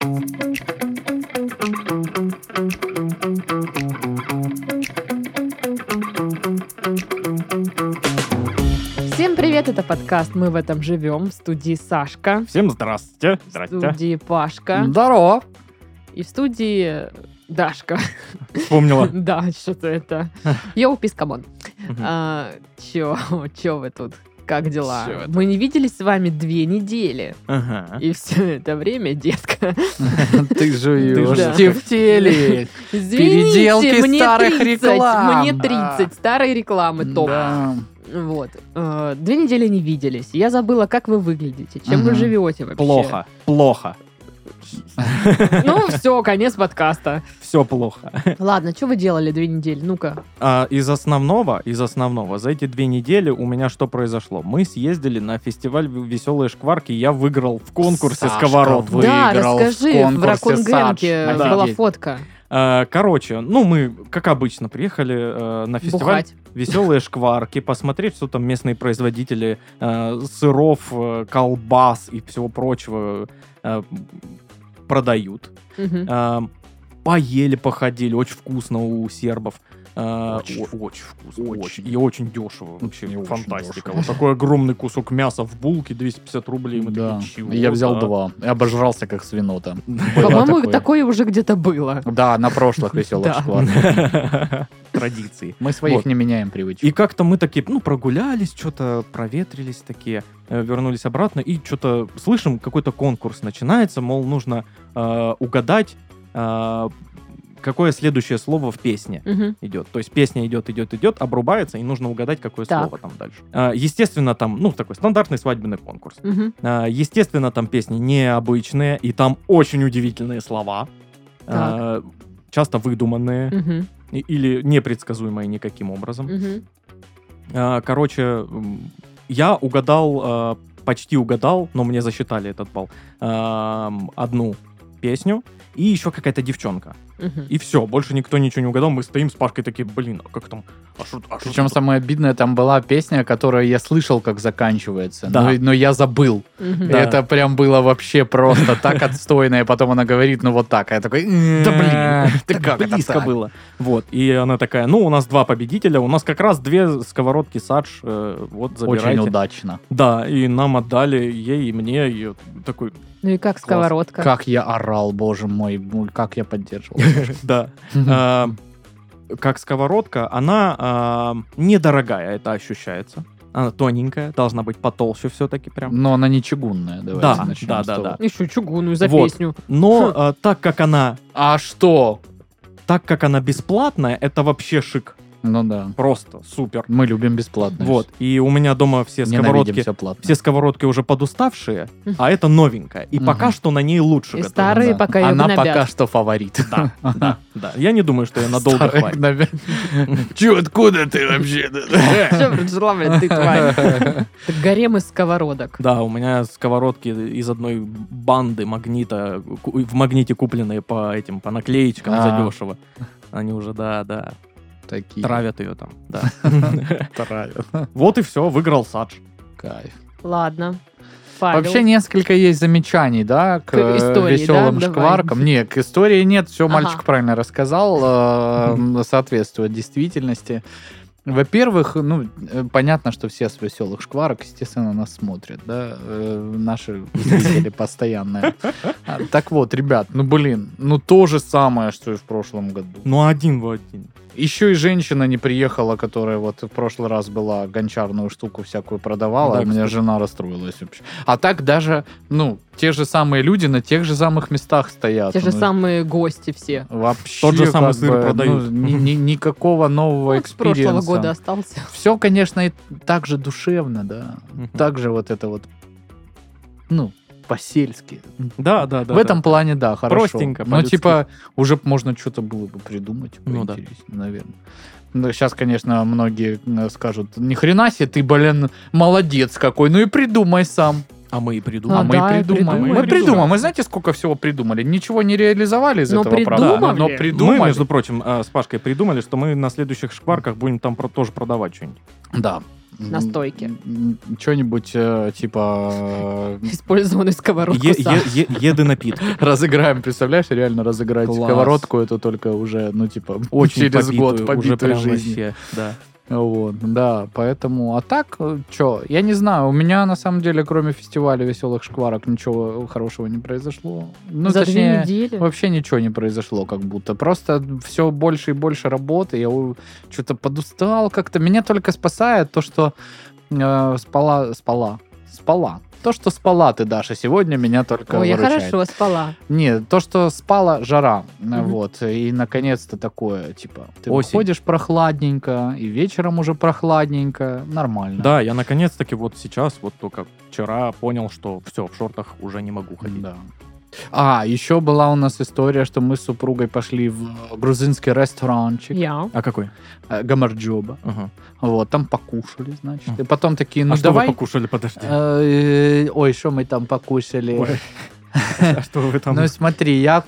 Всем привет, это подкаст «Мы в этом живем», в студии Сашка, Всем здравствуйте. в студии Пашка Здорово. и в студии Дашка. Вспомнила. Да, что-то это. Йоу, пис, камон. Мгм. Чё вы тут? Как дела? Чё это? Мы не виделись с вами 2 недели. Ага. И все это время, детка. Ты жуешь Да. тефтели. Извините, Переделки мне старых 30, реклам. Мне 30, старые рекламы, топ. Да. Вот. 2 недели не виделись. Я забыла, как вы выглядите, чем вы Мгм. живете вообще. Плохо. Ну, все, конец подкаста. Все плохо. Ладно, что вы делали 2 недели? Ну-ка. Из основного, за эти 2 недели у меня что произошло? Мы съездили на фестиваль «Веселые шкварки», я выиграл в конкурсе Сашка сковородку. Да, выиграл в расскажи, в конкурсе Ракунгенке Саш. была Офигеть. фотка. Короче, мы, как обычно, приехали на фестиваль Бухать. «Веселые шкварки», посмотреть, что там местные производители сыров, колбас и всего прочего продают. Мгм. Поели, походили, очень вкусно у сербов. Очень. Очень вкусно. Очень. И очень дешево. Вообще И очень фантастика. дешево. Вот такой огромный кусок мяса в булке, 250 рублей. Мы Да. такие, чего? Я взял Да. 2. И обожрался как свинота. По-моему, такое уже где-то было. Да, на прошлых веселых Да. шкварках. Традиции. Мы своих Вот. не меняем привычек. И как-то мы такие, прогулялись, что-то проветрились такие, вернулись обратно, и что-то слышим, какой-то конкурс начинается, мол, нужно угадать, какое следующее слово в песне Мгм. идет. То есть песня идет, обрубается, и нужно угадать, какое Так. слово там дальше. Естественно, там, такой стандартный свадебный конкурс. Мгм. Естественно, там песни необычные, и там очень удивительные слова. Так. Часто выдуманные Мгм. или непредсказуемые никаким образом. Мгм. Короче, я угадал, почти угадал, но мне засчитали этот балл, одну песню и еще какая-то девчонка. Мгм. И все, больше никто ничего не угадал. Мы стоим с Пашкой такие, блин, а как там? Причем самое обидное, там была песня, которую я слышал, как заканчивается, Да. но я забыл. Мгм. Да. Это прям было вообще просто так отстойно, и потом она говорит, вот так. А я такой, Да блин, ты так как это близко так? было. Вот, и она такая, у нас 2 победителя, у нас как раз 2 сковородки Садж, вот, забирайте. Очень удачно. Да, и нам отдали, ей и мне, и такой, Ну и как сковородка? Как я орал, боже мой, как я поддерживал. да. Как сковородка, она недорогая, это ощущается. Она тоненькая, должна быть потолще все-таки прям. Но она не чугунная, давайте начнем да, с да, того. да. Еще чугунную за Вот. песню. Но так как она А что? бесплатная, это вообще шик. Ну да. Просто супер. Мы любим бесплатно. Вот. И у меня дома все Ненавидим сковородки, все платно. все сковородки уже подуставшие, а это новенькая. И пока Мгм. что на ней лучше И готовится. старые пока ее Она гнобят. пока что фаворит. Да. Я не думаю, что я надолго Старых хватит. гнобят. Чё, откуда ты вообще? Что пришла, блядь, ты тварь? Так гарем из сковородок. Да, у меня сковородки из одной банды Магнита, в Магните купленные по наклеечкам задешево. Они уже, да, Такие. травят ее там, да. Травят. Вот и все, выиграл Садж. Кайф. Ладно. Павел. Вообще несколько есть замечаний, да, к истории, веселым да? Давай. шкваркам. Не, к истории нет, все Ага. мальчик правильно рассказал, соответствует действительности. Во-первых, понятно, что все с веселых шкварок, естественно, нас смотрят, да, наши зрители постоянные. Так вот, ребят, то же самое, что и в прошлом году. Один в один. Еще и женщина не приехала, которая вот в прошлый раз была, гончарную штуку всякую продавала, Да, а меня кстати. жена расстроилась вообще. А так даже, те же самые люди на тех же самых местах стоят. Те же самые гости все. Вообще Тот же самый как сыр бы, продают. никакого нового Вот с прошлого экспириенса. года остался. Все, конечно, и так же душевно, да. Так же вот это вот, по-сельски. Да. В этом плане, да, хорошо. Простенько, Но, по-людски. уже можно что-то было бы придумать Ну да. поинтереснее, наверное. Сейчас, конечно, многие скажут, ни хрена себе, ты, молодец какой, и придумай сам. А мы и А, придумаем. мы да, и придумаем. придумаем. Мы придумаем. Вы знаете, сколько всего придумали? Ничего не реализовали из Но этого, правда? придумали. Но Мы, придумали. между прочим, с Пашкой придумали, что мы на следующих шкварках будем там тоже продавать что-нибудь. Да. на стойке. Что-нибудь типа... Использованную сковородку сам. Еды напитки. Разыграем, представляешь, реально разыграть Класс. сковородку, это только уже, ну, типа, Очень через год уже побитую прям жизнь. вообще, да. Вот, да, поэтому, а так, что, я не знаю, у меня, на самом деле, кроме фестиваля веселых шкварок, ничего хорошего не произошло. Ну, За 2 точнее, недели. вообще ничего не произошло, как будто. Просто все больше и больше работы, я что-то подустал как-то. Меня только спасает то, что спала. То, что спала ты, Даша, сегодня меня только Ой, я выручает. хорошо спала. Нет, то, что спала жара, Мгм. вот, и наконец-то такое, типа, ты Осень. выходишь прохладненько, и вечером уже прохладненько, нормально. Да, я наконец-таки вот сейчас, вот только вчера понял, что все, в шортах уже не могу ходить. Да. А, еще была у нас история, что мы с супругой пошли в грузинский ресторанчик Я. А какой? Гамарджоба, Ага. вот, там покушали, значит, и потом такие, ну А что давай... вы покушали, подожди? Ой, что мы там покушали? Ой. А что вы там? Ну смотри, я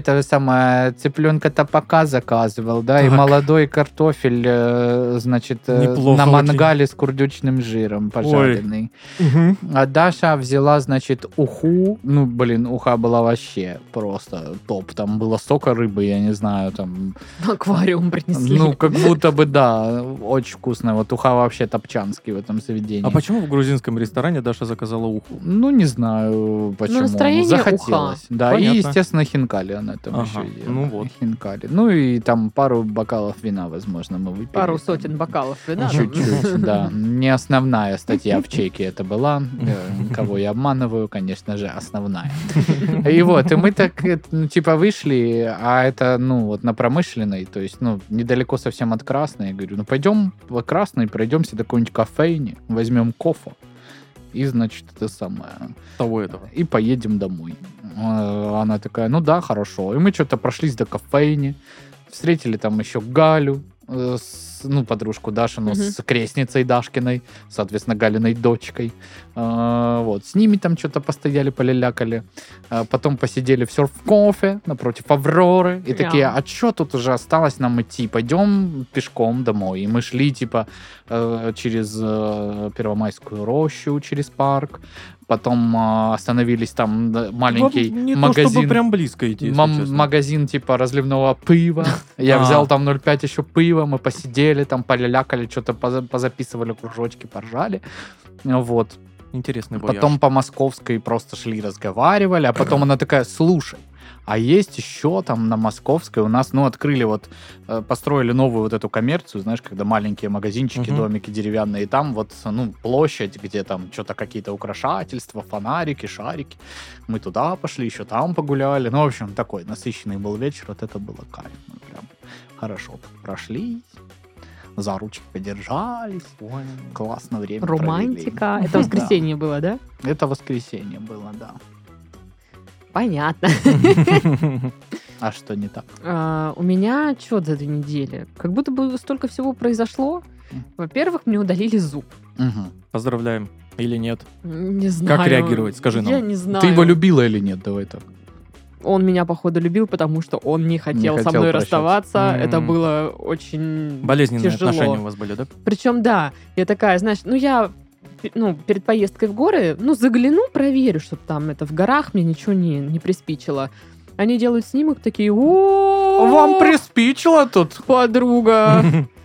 цыпленка топака заказывал, да, и Так. молодой картофель, значит, Неплохо на очень. мангале с курдючным жиром пожаренный. Мгм. А Даша взяла, значит, уху. Ну, блин, уха была вообще просто топ. Там было столько рыбы, я не знаю, там... Аквариум принесли. Ну, как будто бы, да, очень вкусно. Вот уха вообще топчанский в этом заведении. А почему в грузинском ресторане Даша заказала уху? Ну, не знаю, почему. настроение Захотелось. уха. Да, Понятно. и, естественно, хинкали она там Ага, еще ела. ну вот. Хинкали. Ну, и там пару бокалов вина, возможно, мы выпили. Пару Там сотен бокалов вина. там. Чуть-чуть, да. Не основная статья в чеке это была. Кого я обманываю, конечно же, основная. И вот, и мы так, ну, типа, вышли, а это, ну, вот на Промышленной, то есть, ну, недалеко совсем от Красной. Я говорю, ну, пойдем по Красной, пройдемся до какой-нибудь кофейни, возьмем кофе. И, значит, это самое. Того этого. И поедем домой. Она такая, ну да, хорошо. И мы что-то прошлись до кофейни, встретили там еще Галю, ну, подружку Дашину, Мгм. с крестницей Дашкиной, соответственно, Галиной дочкой. Вот, с ними там что-то постояли, полялякали. Потом посидели в серф-кофе напротив Авроры. И такие, Я. а что тут уже осталось нам идти? Пойдем пешком домой. И мы шли, типа, через Первомайскую рощу, через парк. Потом остановились там, да, маленький Вам не то, магазин. чтобы прям близко идти, если честно. Магазин типа разливного пива. Я А. взял там 0,5 еще пива, мы посидели, там полялякали, что-то позаписывали кружочки, поржали. Вот. Интересный бояж. Потом по Московской просто шли, разговаривали, а потом она такая, слушай, а есть еще там на Московской у нас, ну, открыли вот, построили новую вот эту коммерцию, знаешь, когда маленькие магазинчики, Мгм. домики деревянные, и там вот, ну, площадь, где там что-то какие-то украшательства, фонарики, шарики. Мы туда пошли, еще там погуляли. Ну, в общем, такой насыщенный был вечер, вот это было кайф. Мы прям хорошо прошлись, за ручки подержались, классно время провели. Романтика. Это воскресенье было, да? Это воскресенье было, да. Понятно. А что не так? У меня что за 2 недели? Как будто бы столько всего произошло. Во-первых, мне удалили зуб. Мгм. Поздравляем. Или нет? Не знаю. Как реагировать? Скажи нам. Я не знаю. Ты его любила или нет? Давай так. Он меня, походу, любил, потому что он не хотел со хотел мной прощаться. расставаться. Это М. было очень Болезненные тяжело. отношения у вас были, да? Причем, да, я такая, знаешь, ну я перед поездкой в горы, ну, загляну, проверю, чтобы там это в горах мне ничего не приспичило. Они делают снимок, такие, о, приспичило тут? подруга,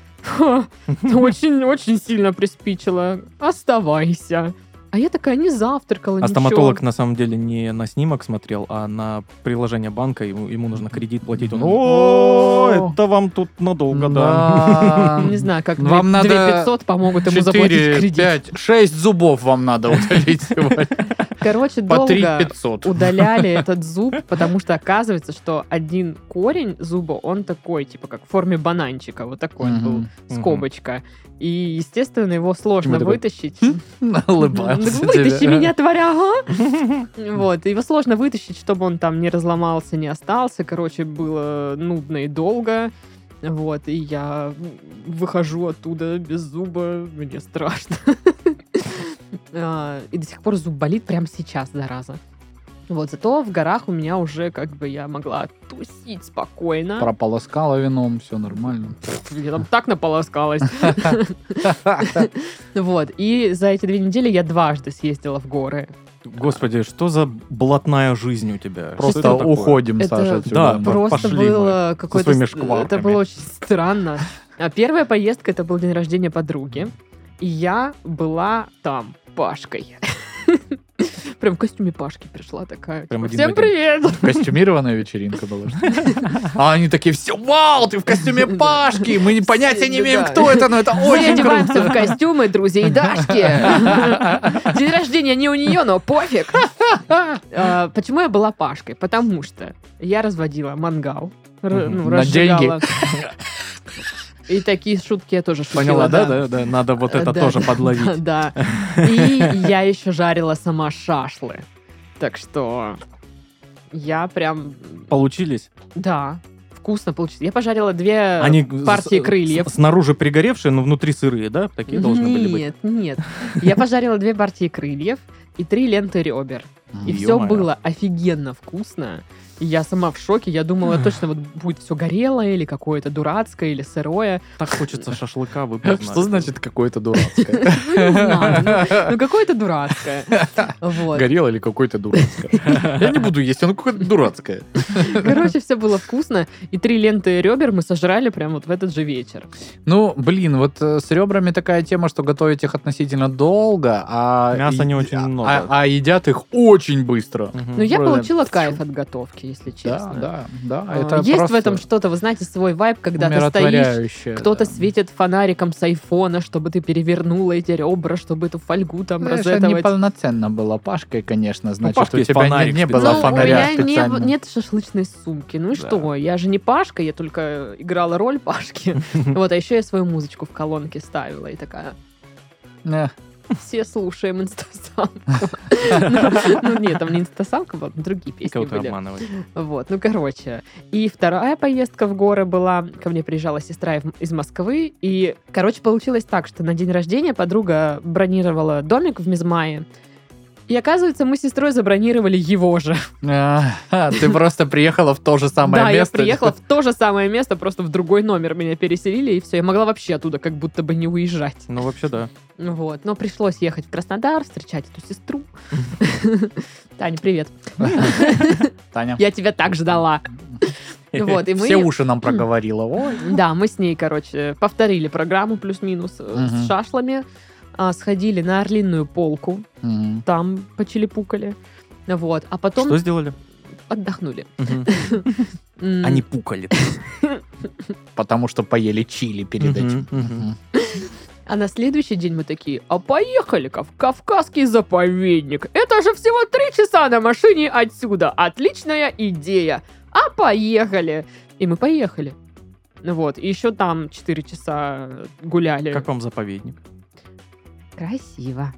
очень сильно приспичило, оставайся. А я такая не завтракала, А ничего. стоматолог на самом деле не на снимок смотрел, а на приложение банка. Ему нужно кредит платить. Он, о, это вам тут надолго, да. Да. Не знаю, как Вам 2 надо 500 помогут ему заплатить 4, кредит. 5, 6 зубов вам надо удалить сегодня. Короче, По 3 долго 500. удаляли этот зуб, потому что оказывается, что один корень зуба, он такой, типа, как в форме бананчика. Вот такой он был, Мгм. скобочка. И, естественно, его сложно Почему такой? вытащить. Улыбался Вытащи тебе. меня, тваря, ага! Вот, его сложно вытащить, чтобы он там не разломался, не остался. Короче, было нудно и долго. Вот, и я выхожу оттуда без зуба, мне страшно. И до сих пор зуб болит прямо сейчас, зараза. Вот, зато в горах у меня уже как бы я могла тусить спокойно. Прополоскала вином, все нормально. Я там так наполоскалась. Вот, и за эти 2 недели я дважды съездила в горы. Господи, что за блатная жизнь у тебя? Что Просто это такое? уходим, Это Саша, отсюда. Да, Просто пошли мы было со какое-то... своими Это шкварками. было очень странно. А первая поездка, это был день рождения подруги. И я была там Пашкой. Прям в костюме Пашки пришла такая. Прям типа, один в всем один. привет! Костюмированная вечеринка была. А они такие, все, вау, ты в костюме Пашки! Мы понятия не имеем, Да. кто это, но это Мы очень одеваемся в круто. костюмы друзей Дашки. День рождения не у нее, но пофиг. Почему я была Пашкой? Потому что я разводила мангал. Мгм. На Разжигала. И такие шутки я тоже шутила. Поняла, да? Надо вот это Да, тоже да, подловить. Да. И я еще жарила сама шашлы. Так что я прям... Получились? Да, вкусно получилось. Я пожарила 2 Они партии крыльев. снаружи пригоревшие, но внутри сырые, да? Такие должны были быть. Нет. Я пожарила 2 партии крыльев и 3 ленты ребер. И все Ё-моё. было офигенно вкусно. И я сама в шоке. Я думала, точно вот будет все горелое или какое-то дурацкое, или сырое. Так хочется шашлыка, вы бы Что знали. значит какое-то дурацкое? Не знаю, ну какое-то дурацкое. Вот. Горело или какое-то дурацкое? Я не буду есть, оно какое-то дурацкое. Короче, все было вкусно. И 3 ленты ребер мы сожрали прям вот в этот же вечер. Ну, блин, вот с ребрами такая тема, что готовить их относительно долго, а... Мяса не очень много. А едят их очень быстро. Мгм. Но я Правда. получила кайф от готовки, если честно. Да. А, Это Есть просто в этом что-то, вы знаете, свой вайб, когда ты стоишь, умиротворяющее, кто-то да. светит фонариком с айфона, чтобы ты перевернула эти ребра, чтобы эту фольгу там Знаешь, розетовать. неполноценно была Пашкой, конечно, значит, Пашки у есть тебя фонарик не было Ну, у фонаря меня специально. нет шашлычной сумки. Ну и Да. что? Я же не Пашка, я только играла роль Пашки. Вот, а еще я свою музычку в колонке ставила и такая... Э, Все слушаем инстасамку. Ну, нет, там не инстасамка была, другие песни Кого-то были. обманывать. Вот, ну, короче. И вторая поездка в горы была. Ко мне приезжала сестра из Москвы. И, короче, получилось так, что на день рождения подруга бронировала домик в Мизмае. И, оказывается, мы с сестрой забронировали его же. Ты просто приехала в то же самое Да, место. я приехала в то же самое место, просто в другой номер меня переселили, и все. Я могла вообще оттуда как будто бы не уезжать. Ну, вообще, да. Вот. Но пришлось ехать в Краснодар, встречать эту сестру. Таня, привет. Таня. Я тебя так ждала. Вот, и мы... Все уши нам проговорила. Ой. Да, мы с ней, короче, повторили программу плюс-минус Мгм. с шашлами, сходили на Орлиную полку, Мгм. там почили-пукали, вот, а потом Что сделали? отдохнули. Мгм. М, Они пукали. Потому что поели чили перед Мгм, этим. мгм. А на следующий день мы такие, а поехали-ка в Кавказский заповедник. Это же всего 3 часа на машине отсюда. Отличная идея. А поехали. И мы поехали. Вот, и еще там 4 часа гуляли. Как вам заповедник? Красиво.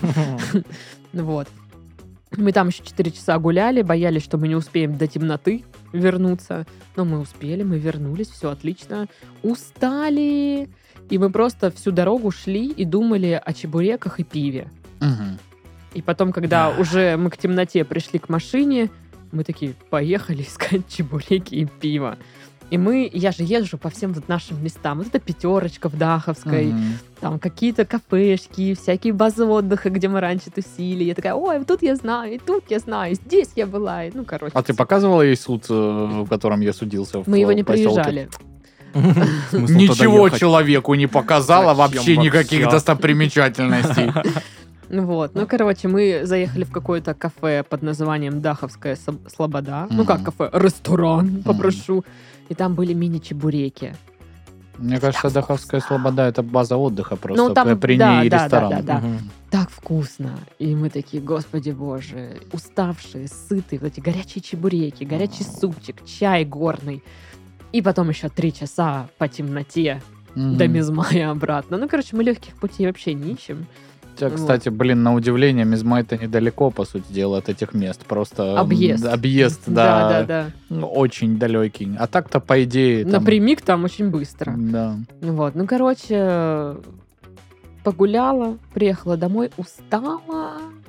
Вот. Мы там еще 4 часа гуляли, боялись, что мы не успеем до темноты вернуться. Но мы успели, мы вернулись, все отлично. Устали. И мы просто всю дорогу шли и думали о чебуреках и пиве. Мгм. И потом, когда уже мы к темноте пришли к машине, мы такие, поехали искать чебуреки и пиво. И я же езжу по всем вот нашим местам. Вот это Пятерочка в Даховской, Мгм. там какие-то кафешки, всякие базы отдыха, где мы раньше тусили. Я такая, ой, вот тут я знаю, и тут я знаю, и здесь я была. И, ну, короче. А ты показывала ей суд, в котором я судился? Мы его не поселке? проезжали. Смысл туда Ничего ехать? человеку не показала, Зачем вообще никаких вообще? достопримечательностей. Вот, ну, короче, мы заехали в какое-то кафе под названием Даховская Слобода. Ну, как Мгм. кафе? Ресторан, попрошу. И там были мини-чебуреки. Мне кажется, Даховская Слобода — это база отдыха просто. Ну, там, при да, ней да, ресторан. да, да. Мгм. Так вкусно. И мы такие, господи боже, уставшие, сытые, вот эти горячие чебуреки, горячий супчик, чай горный. И потом еще 3 часа по темноте Мгм. до Мизмая обратно. Ну, короче, мы легких путей вообще не ищем. Хотя, кстати, блин, на удивление, Мизмай это недалеко, по сути дела, от этих мест. Просто Объезд. Объезд, Да, да. да. Ну, очень далекий. А так-то, по идее, там... Напрямик там очень быстро. Да. Вот, ну, короче, погуляла, приехала домой, устала.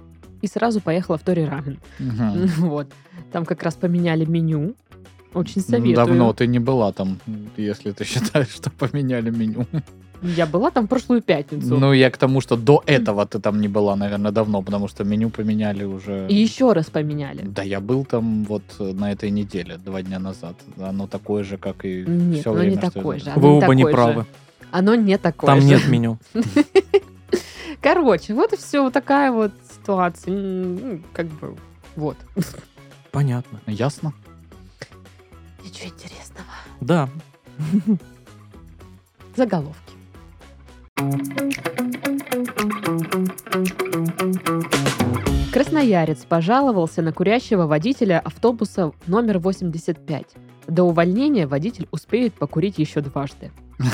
и сразу поехала в Тори Рамен. Мгм. Вот. Там как раз поменяли меню. Очень советую. Давно ты не была там, если ты считаешь, что поменяли меню. Я была там в прошлую пятницу. Ну, я к тому, что до этого ты там не была, наверное, давно, потому что меню поменяли уже... И еще раз поменяли. Да, я был там вот на этой неделе, 2 дня назад. Оно такое же, как и Нет, все оно время. не что такое это. же. Вы Оно оба не такое правы. же. Оно не такое Там же. нет меню. Короче, вот и все. Вот такая вот ситуация. Как бы, вот. Понятно. Ясно? Ничего интересного. Да. Заголовки. Красноярец пожаловался на курящего водителя автобуса номер 85. До увольнения водитель успеет покурить еще дважды.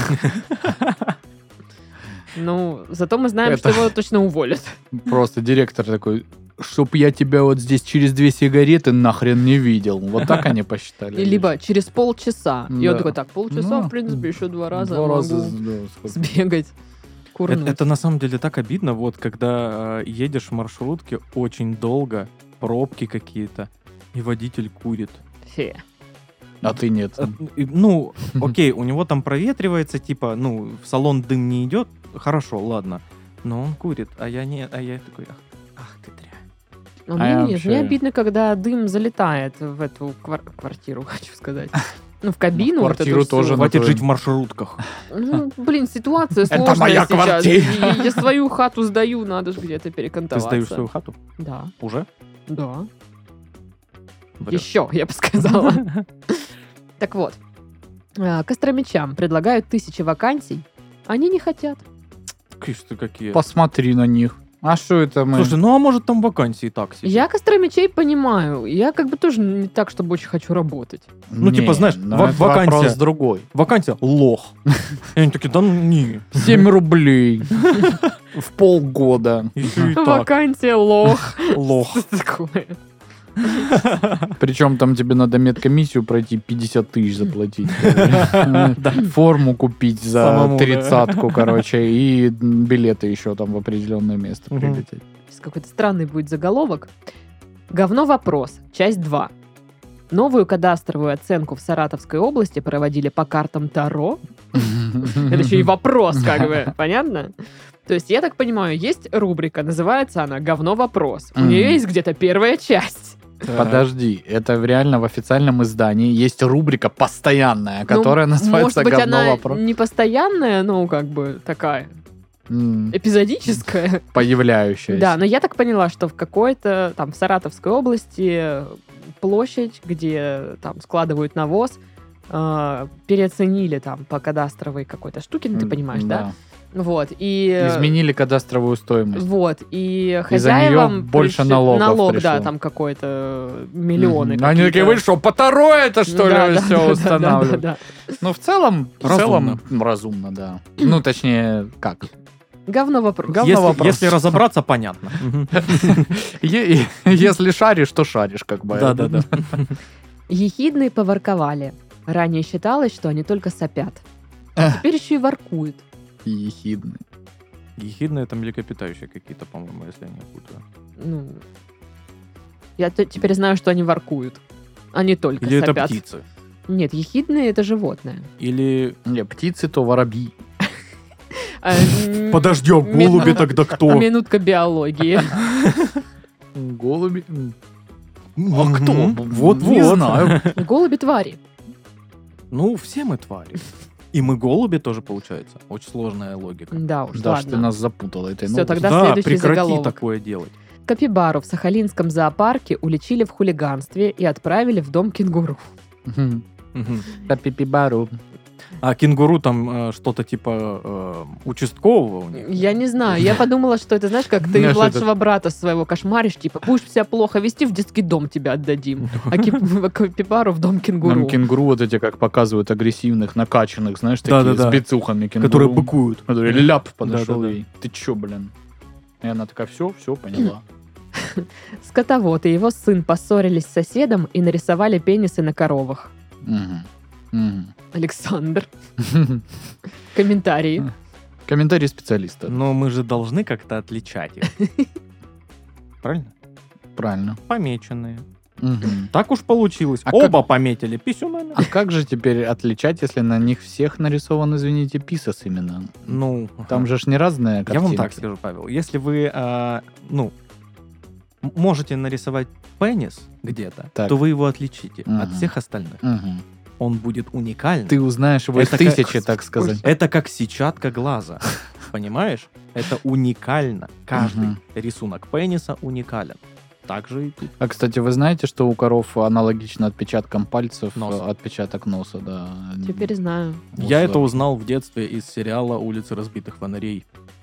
Ну, зато мы знаем, что Это- его точно уволят. Просто директор такой, чтоб я тебя вот здесь через 2 сигареты нахрен не видел. Вот так они посчитали. Либо через полчаса. И он Да. такой, так, полчаса, Ну, в принципе, еще 2 раза 2 раза, могу да, сколько. сбегать, курнуть. Это на самом деле так обидно, вот когда едешь в маршрутке очень долго, пробки какие-то, и водитель курит. Фе. А ты нет. Ну, окей, у него там проветривается, типа, ну, в салон дым не идет, хорошо, ладно. Но он курит, а я не, а я такой, ах ты дрянь. А А мне я нет, вообще- мне обидно, когда дым залетает в эту квартиру, хочу сказать. Ну, в кабину. вот это квартиру всё. тоже Хватит твоем- жить в маршрутках. Ну, блин, ситуация Это сложная моя сейчас. квартира. И я свою хату сдаю, надо же где-то Ты перекантоваться. сдаешь свою хату? Да, Уже? да. Врёшь. Еще, я бы сказала. Так вот, костромичам предлагают 1000 вакансий, они не хотят. Кыш ты какие. Посмотри на них. А что это мы? Слушай, ну а может там вакансии так себе? Я костромичей понимаю, я как бы тоже не так, чтобы очень хочу работать. Ну, типа, знаешь, ну, ва- это вакансия. вопрос другой. Вакансия лох. И они такие, да ну не. 7 рублей в полгода. Еще и так. Вакансия лох. Лох. Что такое? Причем там тебе надо медкомиссию пройти, 50 тысяч заплатить. Форму купить за Самому, да. 30-ку, короче, и билеты еще там в определенное место Мгм. прилететь. Сейчас какой-то странный будет заголовок. Говно вопрос. Часть 2. Новую кадастровую оценку в Саратовской области проводили по картам Таро. Это еще и вопрос, как бы. Понятно? То есть, я так понимаю, есть рубрика, называется она «Говно вопрос». У нее Мгм. есть где-то первая часть. Подожди, это реально в официальном издании есть рубрика постоянная, которая Ну, называется может быть, «Говно она вопрос». не постоянная, но как бы такая эпизодическая. Появляющаяся. Да, но я так поняла, что в какой-то там в Саратовской области площадь, где там складывают навоз, переоценили там по кадастровой какой-то штуке, ну ты понимаешь, да? Вот, и... Изменили кадастровую стоимость. Вот, и Из-за хозяевам неё больше пришли- налогов налог, пришло. да, там какой-то миллионы Мгм. Они такие, какие-то. вы что, по Таро это что ли Да, да, все да, устанавливают? да, да. Ну, в целом Разумно. разумно, да. Ну, точнее, как? Говно вопрос. Говно вопрос. Если разобраться, понятно. Мгм. Если шаришь, то шаришь, как бы. Да-да-да. Ехидные поворковали. Ранее считалось, что они только сопят. А теперь еще и воркуют. Ехидный. Ехидные это млекопитающие какие-то, по-моему, если я не путаю. Ну, я теперь знаю, что они воркуют. Они только Или это сопят. птицы. Нет, ехидные — это животное. Или... Не, птицы то воробьи. Подождем, голуби тогда кто? Минутка биологии. Голуби. А кто? Вот-вот. Не знаю. Голуби твари. Ну, все мы твари. И мы голуби тоже, получается. Очень сложная логика. Да уж, Да, что ты ладно. нас запутала этой Всё, новостью. тогда Да, следующий прекрати заголовок. такое делать. Капибару в Сахалинском зоопарке уличили в хулиганстве и отправили в дом кенгуру. Мгм. Мгм. Капибару. А кенгуру там что-то типа участкового у них? Я не знаю, я подумала, что это, знаешь, как ты Знаешь, младшего брата своего кошмаришь, типа, будешь себя плохо вести, в детский дом тебя отдадим. А капибару в дом Нам кенгуру. кенгуру вот эти, как показывают, агрессивных, накачанных, знаешь, такие Да-да-да. с бицухами кенгуру. Которые быкуют. Который ляп подошел Да-да-да. ей. Ты чё, блин? И она такая, все, поняла. Скотовод и его сын поссорились с соседом и нарисовали пенисы на коровах. Мгм. Мгм. Александр. Комментарии. Комментарий специалиста. Но мы же должны как-то отличать их. Правильно? Правильно. помеченные. Мгм. Так уж получилось. А Оба пометили писюнами. А как же теперь отличать, если на них всех нарисован, извините, писас именно? Ну, Там же ж не разные я картинки. вам так скажу, Павел. Если вы, можете нарисовать пенис где-то, Так. то вы его отличите Мгм. от всех остальных. Мгм. Он будет уникальным. Ты узнаешь его из Это как- тысячи, так сказать. Это как сетчатка глаза. Понимаешь? Это уникально. Каждый Мгм. рисунок пениса уникален. Так же и тут. А, кстати, вы знаете, что у коров аналогично отпечаткам пальцев Носа. отпечаток носа, да. Теперь знаю. Я Вот, это узнал в детстве из сериала «Улицы разбитых фонарей».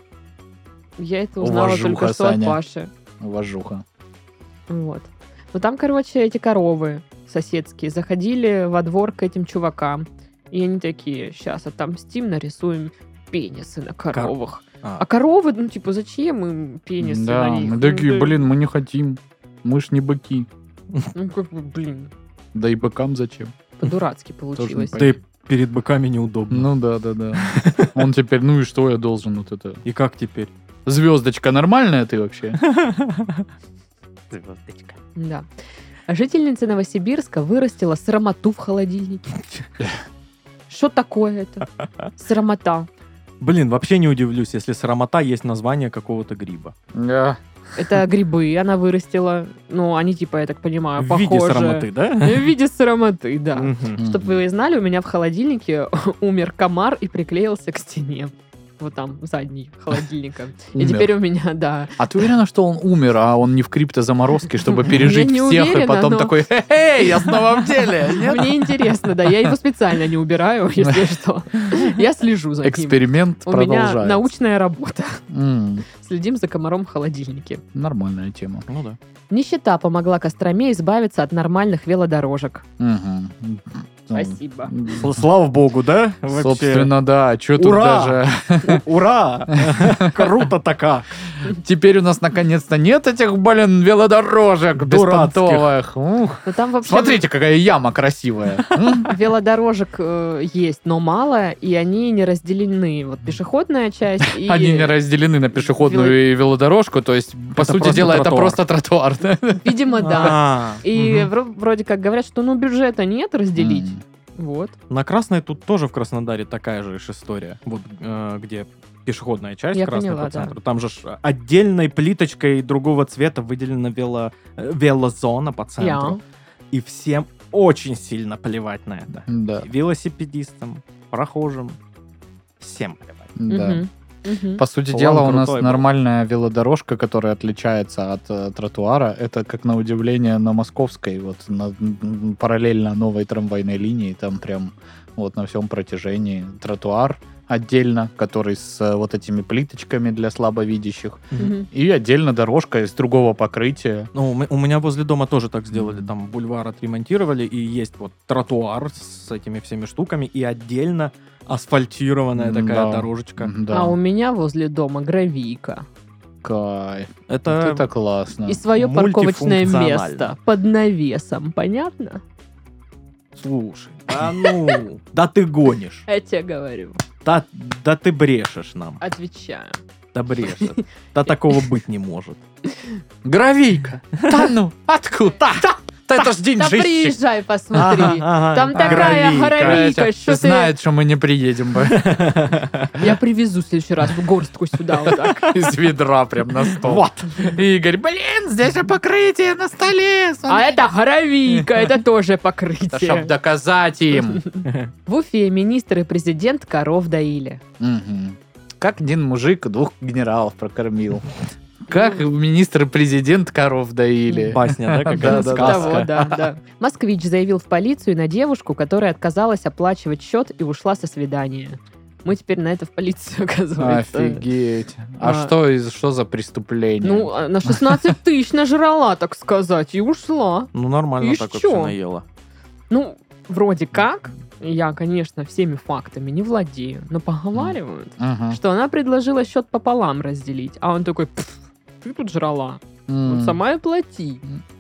Я это узнала Уважуха, только что Саня. от Паши. Уважуха. Вот. Ну там, короче, эти коровы соседские заходили во двор к этим чувакам. И они такие, сейчас отомстим, нарисуем пенисы на коровах. А коровы, ну типа, зачем им пенисы Да, на них? мы такие, Ну, да, блин, мы не хотим. Мы ж не быки. Ну как бы, блин, Да и быкам зачем? по-дурацки получилось. не Да и перед быками неудобно. Ну да. Он теперь, ну и что я должен вот это? И как теперь? Звездочка нормальная ты вообще? Звездочка. Да. А жительница Новосибирска вырастила срамоту в холодильнике. Что такое это? Срамота. Блин, вообще не удивлюсь, если срамота есть название какого-то гриба. Да. Это грибы она вырастила. Ну, они типа, я так понимаю, В похожи. виде срамоты, да? В виде срамоты, да. Мгм. Чтобы вы знали, у меня в холодильнике умер комар и приклеился к стене. Вот там, задний холодильника. И Умер. теперь у меня, да. А ты уверена, что он умер, а он не в криптозаморозке, чтобы пережить Я не всех, и уверена, потом но- такой, хе-хей, я снова в деле? Нет? Мне интересно, да. Я его специально не убираю, если что. Я слежу за ним. Эксперимент У меня продолжается. научная работа. М, Следим за комаром в холодильнике. Нормальная тема. Ну да. Нищета помогла Костроме избавиться от нормальных велодорожек. Мгм. Спасибо. Слава богу, да? Вообще. Собственно, да. Что тут Ура! даже... Ура! Круто-то как! Теперь у нас наконец-то нет этих, блин, велодорожек Дурацких. беспонтовых. Ух. Но там вообще Смотрите, какая яма красивая. М? велодорожек есть, но мало, и они не разделены. Вот пешеходная часть и... Они не разделены на пешеходную и велодорожку, то есть, по Это сути просто дела, это тротуар. просто тротуар. да? Видимо, да. А, И мгм. вроде как говорят, что ну бюджета нет разделить. М. Вот. На Красной тут тоже в Краснодаре такая же история. Вот где пешеходная часть Я Красной поняла, по центру. Там же ж отдельной плиточкой другого цвета выделена велозона по центру. И всем очень сильно плевать на это. Да, Велосипедистам, прохожим, всем плевать. да. Мгм. Мгм. По сути План дела, у нас крутой был. нормальная велодорожка, которая отличается от тротуара. Это, как на удивление, на Московской, вот параллельно новой трамвайной линии, там прям вот на всем протяжении тротуар отдельно, который с вот этими плиточками для слабовидящих, Мгм. и отдельно дорожка из другого покрытия. Ну, у меня возле дома тоже так сделали. Мгм. Там бульвар отремонтировали, и есть вот тротуар с этими всеми штуками, и отдельно асфальтированная такая Да. дорожечка. Да, А у меня возле дома гравийка. кайф. Это Вот это классно. И свое парковочное мультифункционально. место под навесом. Понятно? Слушай, да ну, да ты гонишь. Я тебе говорю. Да ты брешешь нам. Отвечаю. Да брешет. Да такого быть не может. Гравийка! Да ну, откуда? Да это ж Да деньжищик. приезжай, посмотри. Там такая Гравийка. гравийка, что ты... Знает, что мы не приедем бы. Я привезу в следующий раз в горстку сюда вот так. Из ведра прям на стол. Вот. Игорь, блин, здесь же покрытие на столе. А это гравийка, это тоже Чтоб покрытие. доказать им. В Уфе министр и президент коров доили. Мгм. Как один мужик 2 генералов прокормил. Как министр и президент коров доили. Басня, да, Да, какая-то да, Типа того, сказка. да. Москвич заявил в полицию на девушку, которая отказалась оплачивать счет и ушла со свидания. Мы теперь на это в полицию, оказывается. Офигеть. А А. что за преступление? Ну, на 16 тысяч нажрала, так сказать, и ушла. Ну, нормально И так чё? вообще наела. Ну, вроде как. Я, конечно, всеми фактами не владею, но поговаривают, Ага. что она предложила счет пополам разделить. А он такой, «Пф, ты тут жрала, вот сама и плати.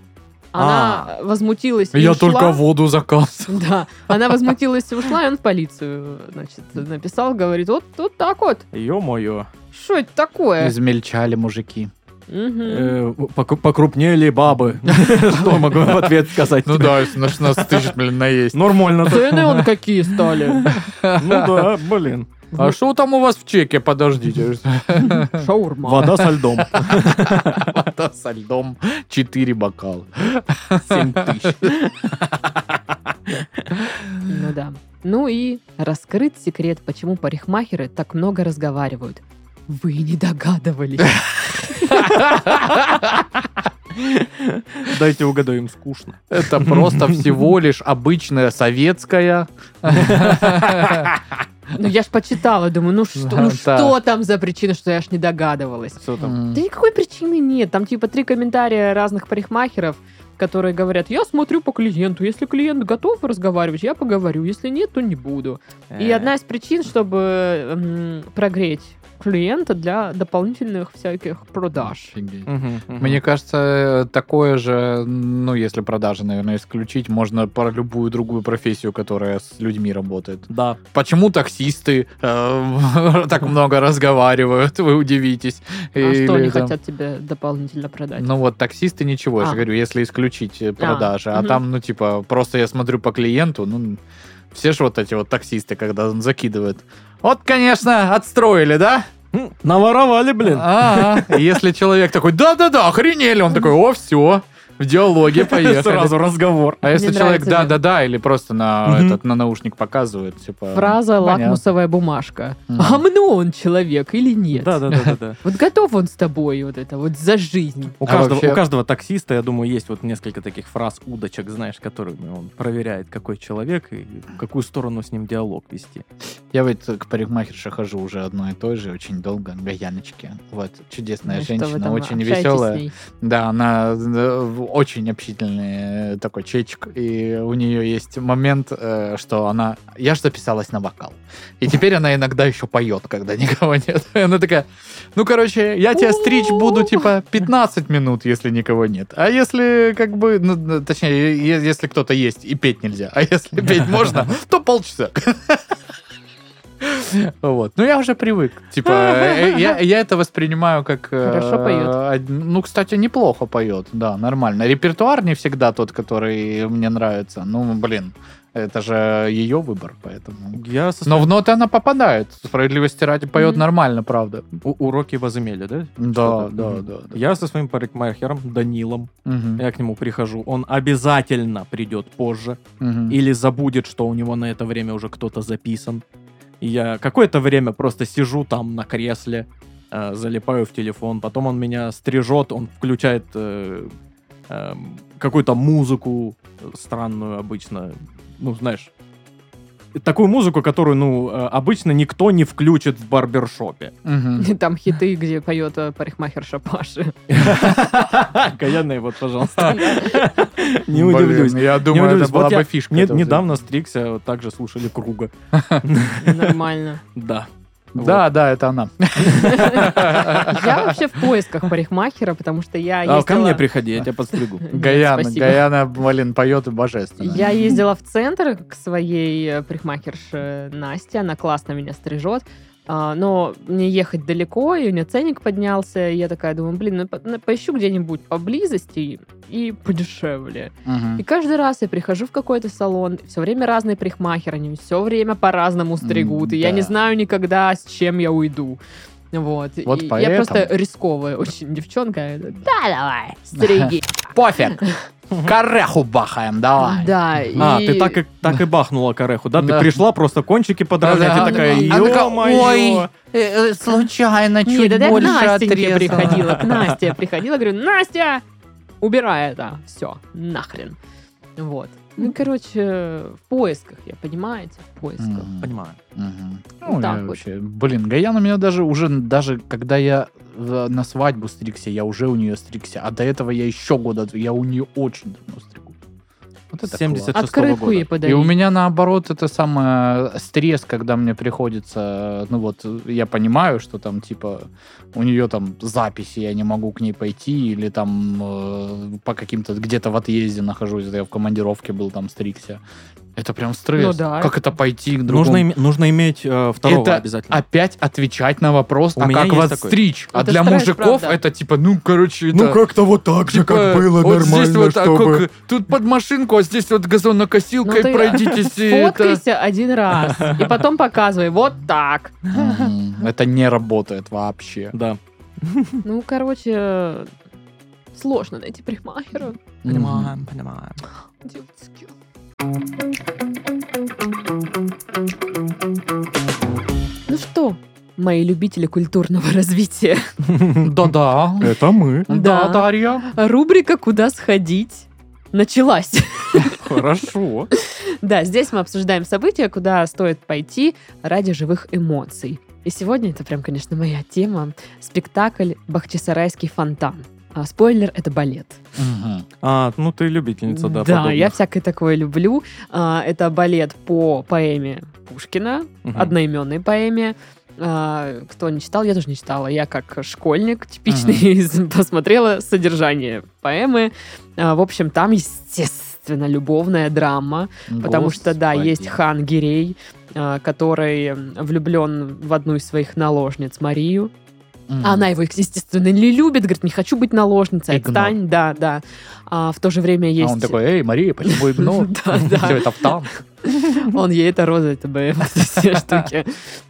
Она возмутилась и Я ушла. только воду заказывал. Да, она возмутилась и ушла, и он в полицию, значит, написал, говорит, вот так вот. Ё-моё. Что это такое? Измельчали мужики. Покрупнели бабы. Что могу в ответ сказать? Ну да, если на 16 тысяч, блин, наесть. Нормально. Цены он какие стали. Ну да, блин. А что там у вас в чеке? Подождите. Шаурма. Вода со льдом. Вода со льдом. 4 бокала. 7 тысяч. Ну да. Ну и раскрыт секрет, почему парикмахеры так много разговаривают. Вы не догадывались. Дайте угадаю, им скучно. Это просто всего лишь обычная советская. Ну я ж почитала, думаю, ну Да. что там за причина, что я ж не догадывалась. Что там? Да никакой причины нет. Там типа 3 комментария разных парикмахеров, которые говорят, я смотрю по клиенту. Если клиент готов разговаривать, я поговорю. Если нет, то не буду. И одна из причин, чтобы прогреть клиента для дополнительных всяких продаж. Офигеть. Мгм, мгм. Мне кажется, такое же, ну, если продажи, наверное, исключить, можно про любую другую профессию, которая с людьми работает. Да. Почему таксисты так много разговаривают, вы удивитесь. А Или что они там- хотят тебе дополнительно продать? Ну вот таксисты ничего, я же А. говорю, если исключить продажи. А мгм. там, ну, типа, просто я смотрю по клиенту, ну, все же вот эти вот таксисты, когда он закидывает. Вот, конечно, отстроили, да? Наворовали, блин. И если человек такой, да-да-да, охренели, он такой, о, все, в диалоге поехали. Сразу разговор. А если Мне человек нравится, да-да-да, или просто на Мгм. на наушник показывает, типа... Фраза понятно. «лакмусовая бумажка». Мгм. А мно он человек или нет? Да. Вот готов он с тобой вот это вот за жизнь? У А вообще- каждого таксиста, я думаю, есть вот несколько таких фраз, удочек, знаешь, которыми он проверяет, какой человек и в какую сторону с ним диалог вести. Я вот к парикмахерше хожу уже одной и той же, очень долго, к Яночке. Вот, чудесная Ну, что вы женщина, там очень общаетесь с веселая. ней? Да, она очень общительный такой чечек, и у нее есть момент, что она... Я же записалась на вокал. И теперь она иногда еще поет, когда никого нет. И она такая, ну, короче, я тебя стричь буду, типа, 15 минут, если никого нет. А если, как бы, ну, точнее, если кто-то есть и петь нельзя, а если петь можно, то полчаса. Вот. Ну, я уже привык. Типа, я это воспринимаю как... Хорошо поет. Ну, кстати, неплохо поет, да, нормально. Репертуар не всегда тот, который мне нравится. Ну, блин, это же ее выбор, поэтому... Я со Но своим- в ноты она попадает. Справедливости ради поет Мгм. нормально, правда. Уроки возымели, да? Да, Что-то? да, Мгм. да. Я со своим парикмахером Данилом, Мгм, я к нему прихожу, он обязательно придет позже мгм. или забудет, что у него на это время уже кто-то записан. И я какое-то время просто сижу там на кресле, залипаю в телефон, потом он меня стрижет, он включает какую-то музыку странную обычно, ну, знаешь, такую музыку, которую, ну, обычно никто не включит в барбершопе. Мгм. Там хиты, где поет парикмахерша Паши. Каянный, вот, пожалуйста. Не Блин, удивлюсь. я Не думаю, удивлюсь. это была Вот бы я фишка. недавно стригся, вот так же слушали Круга. Нормально. Да. Да, да, это она. Я вообще в поисках парикмахера, потому что я А ко мне ездила... приходи, я тебя подстригу. Нет, Гаяна, спасибо. Гаяна, блин, поет божественно. Я ездила в центр к своей парикмахерше Насте, она классно меня стрижет, но мне ехать далеко, и у нее ценник поднялся, и я такая думаю, блин, ну поищу где-нибудь поблизости и подешевле. Мгм. И каждый раз я прихожу в какой-то салон, все время разные парикмахеры, они все время по-разному стригут, и я не Да. знаю никогда, с чем я уйду. Вот. Вот И я поэтому. просто рисковая очень девчонка. Я такая, да, давай, стриги. Пофиг. Кореху бахаем, давай. Да, А, и- ты так и бахнула кореху, да? Ты Да. пришла просто кончики подровнять, Да-да. и такая, Она такая, ё-моё. случайно, Нет, чуть это я к больше Настеньке отрезала. приходила. К Насте я приходила, говорю, Настя, убирай это. Все, нахрен. Вот. Ну, короче, в поисках, я понимаете, в поисках. Мгм. Понимаю. Мгм. Вот Ну, так я вот. вообще... Блин, Гаяна у меня даже когда я на свадьбу стригся, я уже у нее стригся, а до этого я еще года, я у нее очень давно стригу. Вот это 76-го класс. Открытку ей года. подари. И у меня наоборот это самое стресс, когда мне приходится, ну вот я понимаю, что там типа у нее там записи, я не могу к ней пойти, или там по каким-то где-то в отъезде нахожусь, я в командировке был, там стригся. Это прям стресс. Ну да. Как это пойти к другому? Нужно иметь второго Это обязательно. опять отвечать на вопрос, У а меня как есть вас такой. стричь? А Это для стресс, мужиков правда. это типа, это... как-то вот так типа, вот здесь вот, тут под машинку, а здесь вот газонокосилкой Ну, ты пройдитесь. И это... Фоткайся один раз, и потом показывай, вот так. Это не работает вообще. Да. Ну, короче, сложно найти парикмахера. Понимаем. Детски. Ну что, мои любители культурного развития, Да-да. Это мы. Да, Да. Дарья. рубрика «Куда сходить» началась. Хорошо. Да, здесь мы обсуждаем события, куда стоит пойти ради живых эмоций. И сегодня это прям, конечно, моя тема. Спектакль «Бахчисарайский фонтан». Спойлер, это балет. Ну ты любительница, да, Да, подобных. я всякое такое люблю. Это балет по поэме Пушкина, Мгм. одноименной поэме. Кто не читал, я тоже не читала. Я как школьник типичный посмотрела содержание поэмы. В общем, там, естественно, любовная драма. Потому что, да, есть хан Гирей, который влюблен в одну из своих наложниц, Марию. А она его, естественно, не любит, говорит, не хочу быть наложницей, Игнор. отстань, да. А в то же время есть... А он такой, эй, Мария, почему игнор? Да, да. Все это в танк. Он ей это роза, это БМ, все штуки.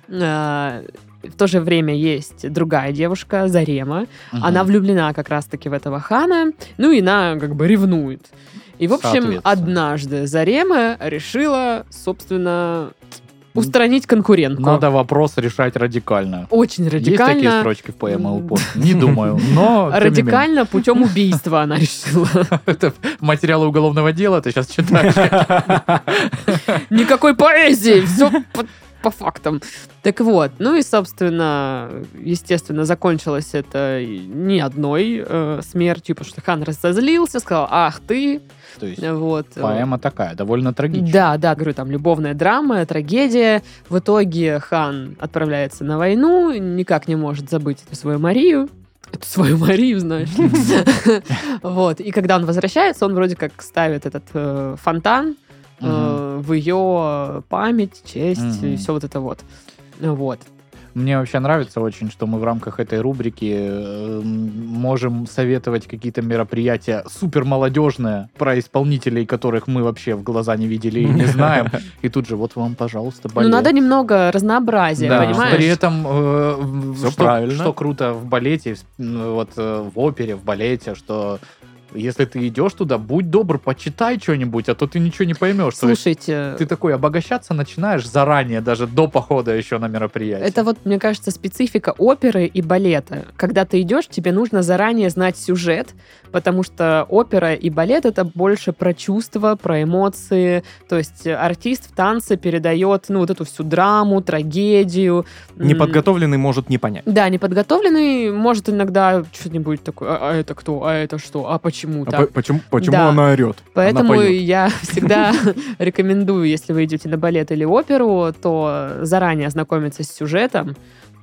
В то же время есть другая девушка, Зарема. Она влюблена как раз-таки в этого хана, ну и она как бы ревнует. И, в общем, Соответственно. однажды Зарема решила, собственно, устранить конкурентку. Надо вопрос решать радикально. Очень Есть такие радикально. строчки в поэме «Упор»? Не думаю, но... тем не менее. Радикально путем убийства она решила. Это материалы уголовного дела ты сейчас читаешь. Никакой поэзии, все по фактам. Так вот, ну и, собственно, естественно, закончилось это не одной смертью, потому что хан разозлился, сказал, ах ты, То есть вот. поэма такая, довольно трагичная. Да, говорю, там любовная драма, трагедия. В итоге хан отправляется на войну, никак не может забыть эту свою Марию. Эту свою Марию, знаешь. Вот. И когда он возвращается, он вроде как ставит этот фонтан в ее память, честь и все вот это вот. Вот. Мне вообще нравится очень, что мы в рамках этой рубрики можем советовать какие-то мероприятия супер молодежные про исполнителей, которых мы вообще в глаза не видели и не знаем. И тут же вот вам, пожалуйста, балет. Ну, надо немного разнообразия, Да, понимаешь? при этом Всё правильно. что круто в балете, в опере, в балете, что если ты идешь туда, будь добр, почитай что-нибудь, а то ты ничего не поймешь. То есть Слушайте, ты такой обогащаться начинаешь заранее, даже до похода еще на мероприятие. это вот, мне кажется, специфика оперы и балета. Когда ты идешь, тебе нужно заранее знать сюжет, потому что опера и балет — это больше про чувства, про эмоции. То есть артист в танце передает, ну, вот эту всю драму, трагедию. Неподготовленный может не понять. Да, неподготовленный может иногда что-нибудь такое, а это кто, а это что, а почему так? Почему Да. она орет? Поэтому Она поет. я всегда рекомендую, если вы идете на балет или оперу, то заранее ознакомиться с сюжетом,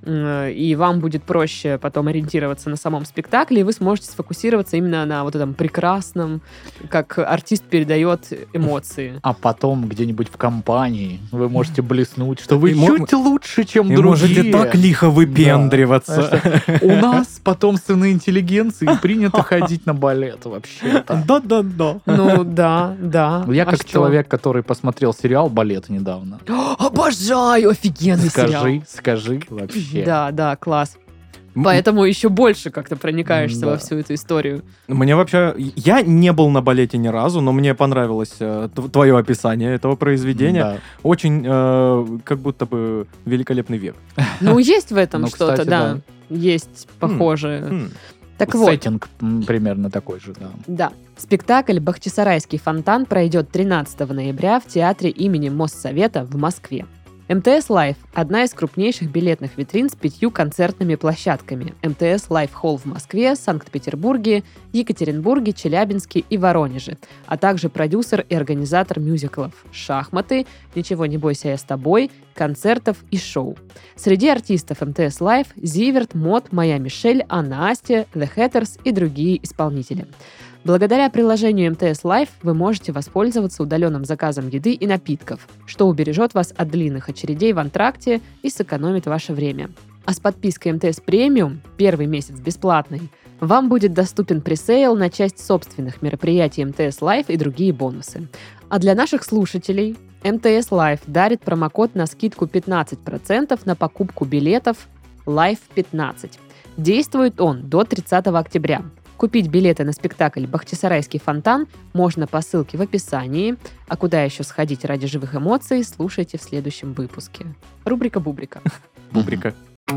и вам будет проще потом ориентироваться на самом спектакле, и вы сможете сфокусироваться именно на вот этом прекрасном, как артист передает эмоции. А потом где-нибудь в компании вы можете блеснуть, что вы И мо- чуть лучше, чем И другие. можете так лихо выпендриваться. У нас, потомственной интеллигенции, принято ходить на балет вообще-то. Да-да-да. Ну да, да. Я А как что? человек, который посмотрел сериал «Балет» недавно. Обожаю! Офигенный сериал. Скажи вообще. Да, класс. Поэтому еще больше как-то проникаешься Да. во всю эту историю. Мне вообще... Я не был на балете ни разу, но мне понравилось твое описание этого произведения. Да. Очень как будто бы великолепный век. Ну, есть в этом Ну, что-то, кстати, да. да. Есть похожее. М. Так вот, Сеттинг примерно такой же, да. да. Спектакль «Бахчисарайский фонтан» пройдет 13 ноября в театре имени Моссовета в Москве. МТС Лайв – одна из крупнейших билетных витрин с 5 концертными площадками. МТС Лайв Холл в Москве, Санкт-Петербурге, Екатеринбурге, Челябинске и Воронеже, а также продюсер и организатор мюзиклов «Шахматы», «Ничего не бойся, я с тобой», концертов и шоу. Среди артистов МТС Лайв – Зиверт, Мот, Моя Мишель, Анна Астия, The Hatters и другие исполнители. Благодаря приложению МТС Live вы можете воспользоваться удаленным заказом еды и напитков, что убережет вас от длинных очередей в антракте и сэкономит ваше время. А с подпиской МТС Премиум, первый месяц бесплатный, вам будет доступен пресейл на часть собственных мероприятий МТС Live и другие бонусы. А для наших слушателей МТС Live дарит промокод на скидку 15% на покупку билетов Live 15. Действует он до 30 октября. Купить билеты на спектакль «Бахчисарайский фонтан» можно по ссылке в описании. А куда еще сходить ради живых эмоций, слушайте в следующем выпуске. Рубрика-бубрика. Бубрика.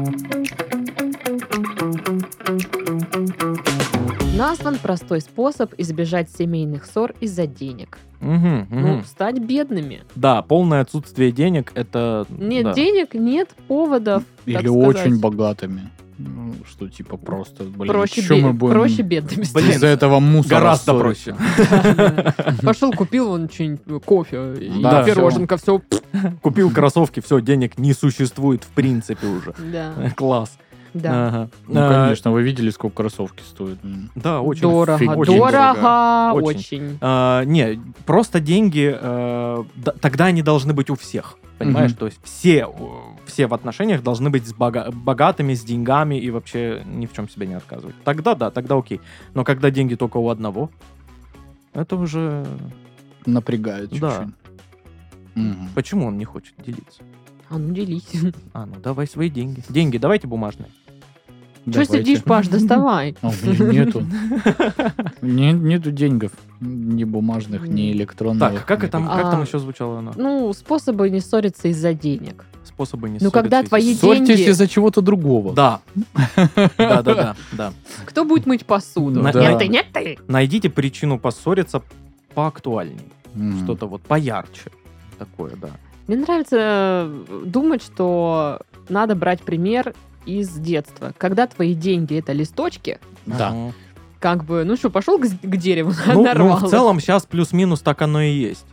Назван простой способ избежать семейных ссор из-за денег. Ну, стать бедными. Да, полное отсутствие денег — это... Нет да. денег, нет поводов. так Или сказать. очень богатыми. Ну, что типа просто, блин, Проще, что мы будем проще бедными стать. из-за этого мусора Гораздо ссориться? проще. Пошел, купил он что-нибудь, кофе и Да, пироженка, все. Купил кроссовки, все, денег не существует в принципе уже. Да, Класс. да. Ага. Ну, конечно, вы видели, сколько кроссовки стоят. Да, очень. Дорого, очень дорого, Очень. очень. Не, просто деньги, тогда они должны быть у всех. Понимаешь? Мгм. То есть все в отношениях должны быть с богатыми, с деньгами и вообще ни в чем себе не отказывать. Тогда да, тогда окей. Но когда деньги только у одного, это уже... Напрягает Да. чуть-чуть. Мгм. Почему он не хочет делиться? А ну делись. Ну давай свои деньги. Деньги давайте бумажные. Че Давайте. сидишь, Паш, доставай. А у меня нету. Нету денег. Ни бумажных, ни электронных. Так, как там еще звучало оно? Ну, способы не ссориться из-за денег. Способы не Ну, когда ссориться. твои Ссорьтесь деньги... из-за чего-то другого. Да. Да. Кто будет мыть посуду? Да. Нет ты, нет ты. Найдите причину поссориться поактуальней. М. Что-то вот поярче. Такое, да. Мне нравится думать, что надо брать пример из детства. Когда твои деньги — это листочки, Да. Ага. как бы, ну что, пошел к дереву, Ну, нарвал. в целом сейчас плюс-минус так оно и есть.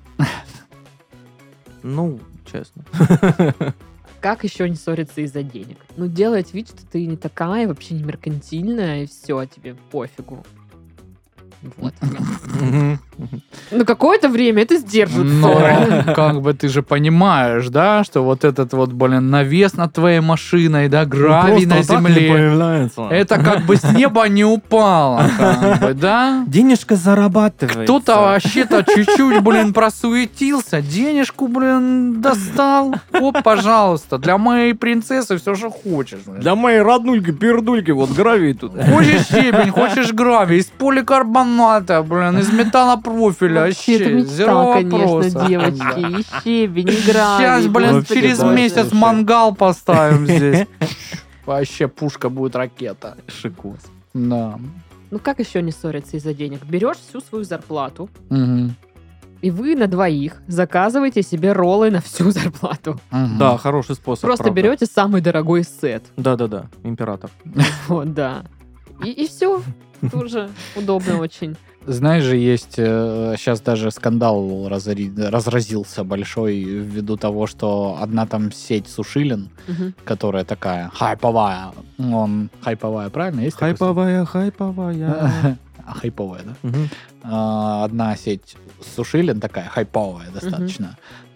Ну, честно. Как еще не ссориться из-за денег? Ну, делать вид, что ты не такая, вообще не меркантильная, и все, тебе пофигу. Вот. Мгм. Ну, какое-то время это сдержит Но, ссоры. как бы ты же понимаешь, да, что вот этот вот, блин, навес над твоей машиной, да, гравий Ну, на просто вот так не земле, появляется. это как бы с неба не упало, как бы, да? Денежка зарабатывается. Кто-то вообще-то чуть-чуть, блин, просуетился, денежку, блин, достал. Оп, пожалуйста, для моей принцессы все, что хочешь. блин. Для моей роднульки-пердульки вот гравий тут. Хочешь щебень, хочешь гравий, из поликарбоната, блин, из металлопрофиля, Вообще, это вообще, мечта, зеро конечно, вопросов. девочки. И щебень, и гравий. Сейчас, блин, Господи через боже. месяц слушай. мангал поставим здесь. Вообще пушка будет ракета. Шикос. Да. Ну, как еще не ссориться из-за денег? Берешь всю свою зарплату, Мгм. и вы на двоих заказываете себе роллы на всю зарплату. Мгм. Да, хороший способ. Просто правда. берете самый дорогой сет. Да, император. Вот, да. И все. Тоже удобно очень. Знаешь же, есть сейчас даже скандал разразился большой ввиду того, что одна там сеть сушилин, Мгм. которая такая хайповая, хайповая, правильно? Есть такое слово? Хайповая. Хайповая, да? Мгм. Одна сеть сушилин такая хайповая достаточно.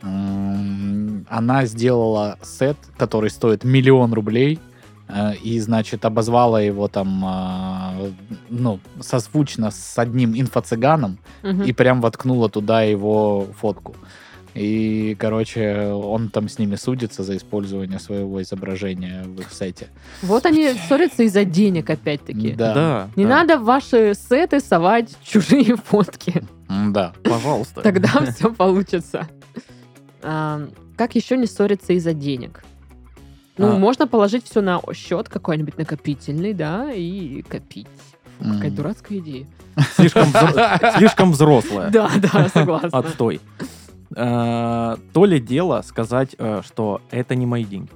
Она сделала сет, который стоит 1 000 000 рублей, и, значит, обозвала его там, ну, созвучно с одним инфо-цыганом, Мгм. и прям воткнула туда его фотку. И, короче, он там с ними судится за использование своего изображения в их сете. Вот они ссорятся из-за денег, опять-таки. Да. Да. Не да. надо в ваши сеты совать чужие фотки. Да. Пожалуйста. Тогда все получится. Как еще не ссориться из-за денег? Ну, можно положить все на счет какой-нибудь накопительный, да, и копить. Фу, какая Мгм. дурацкая идея. Слишком взрослая. Да, да, согласна. Отстой. То ли дело сказать, что это не мои деньги.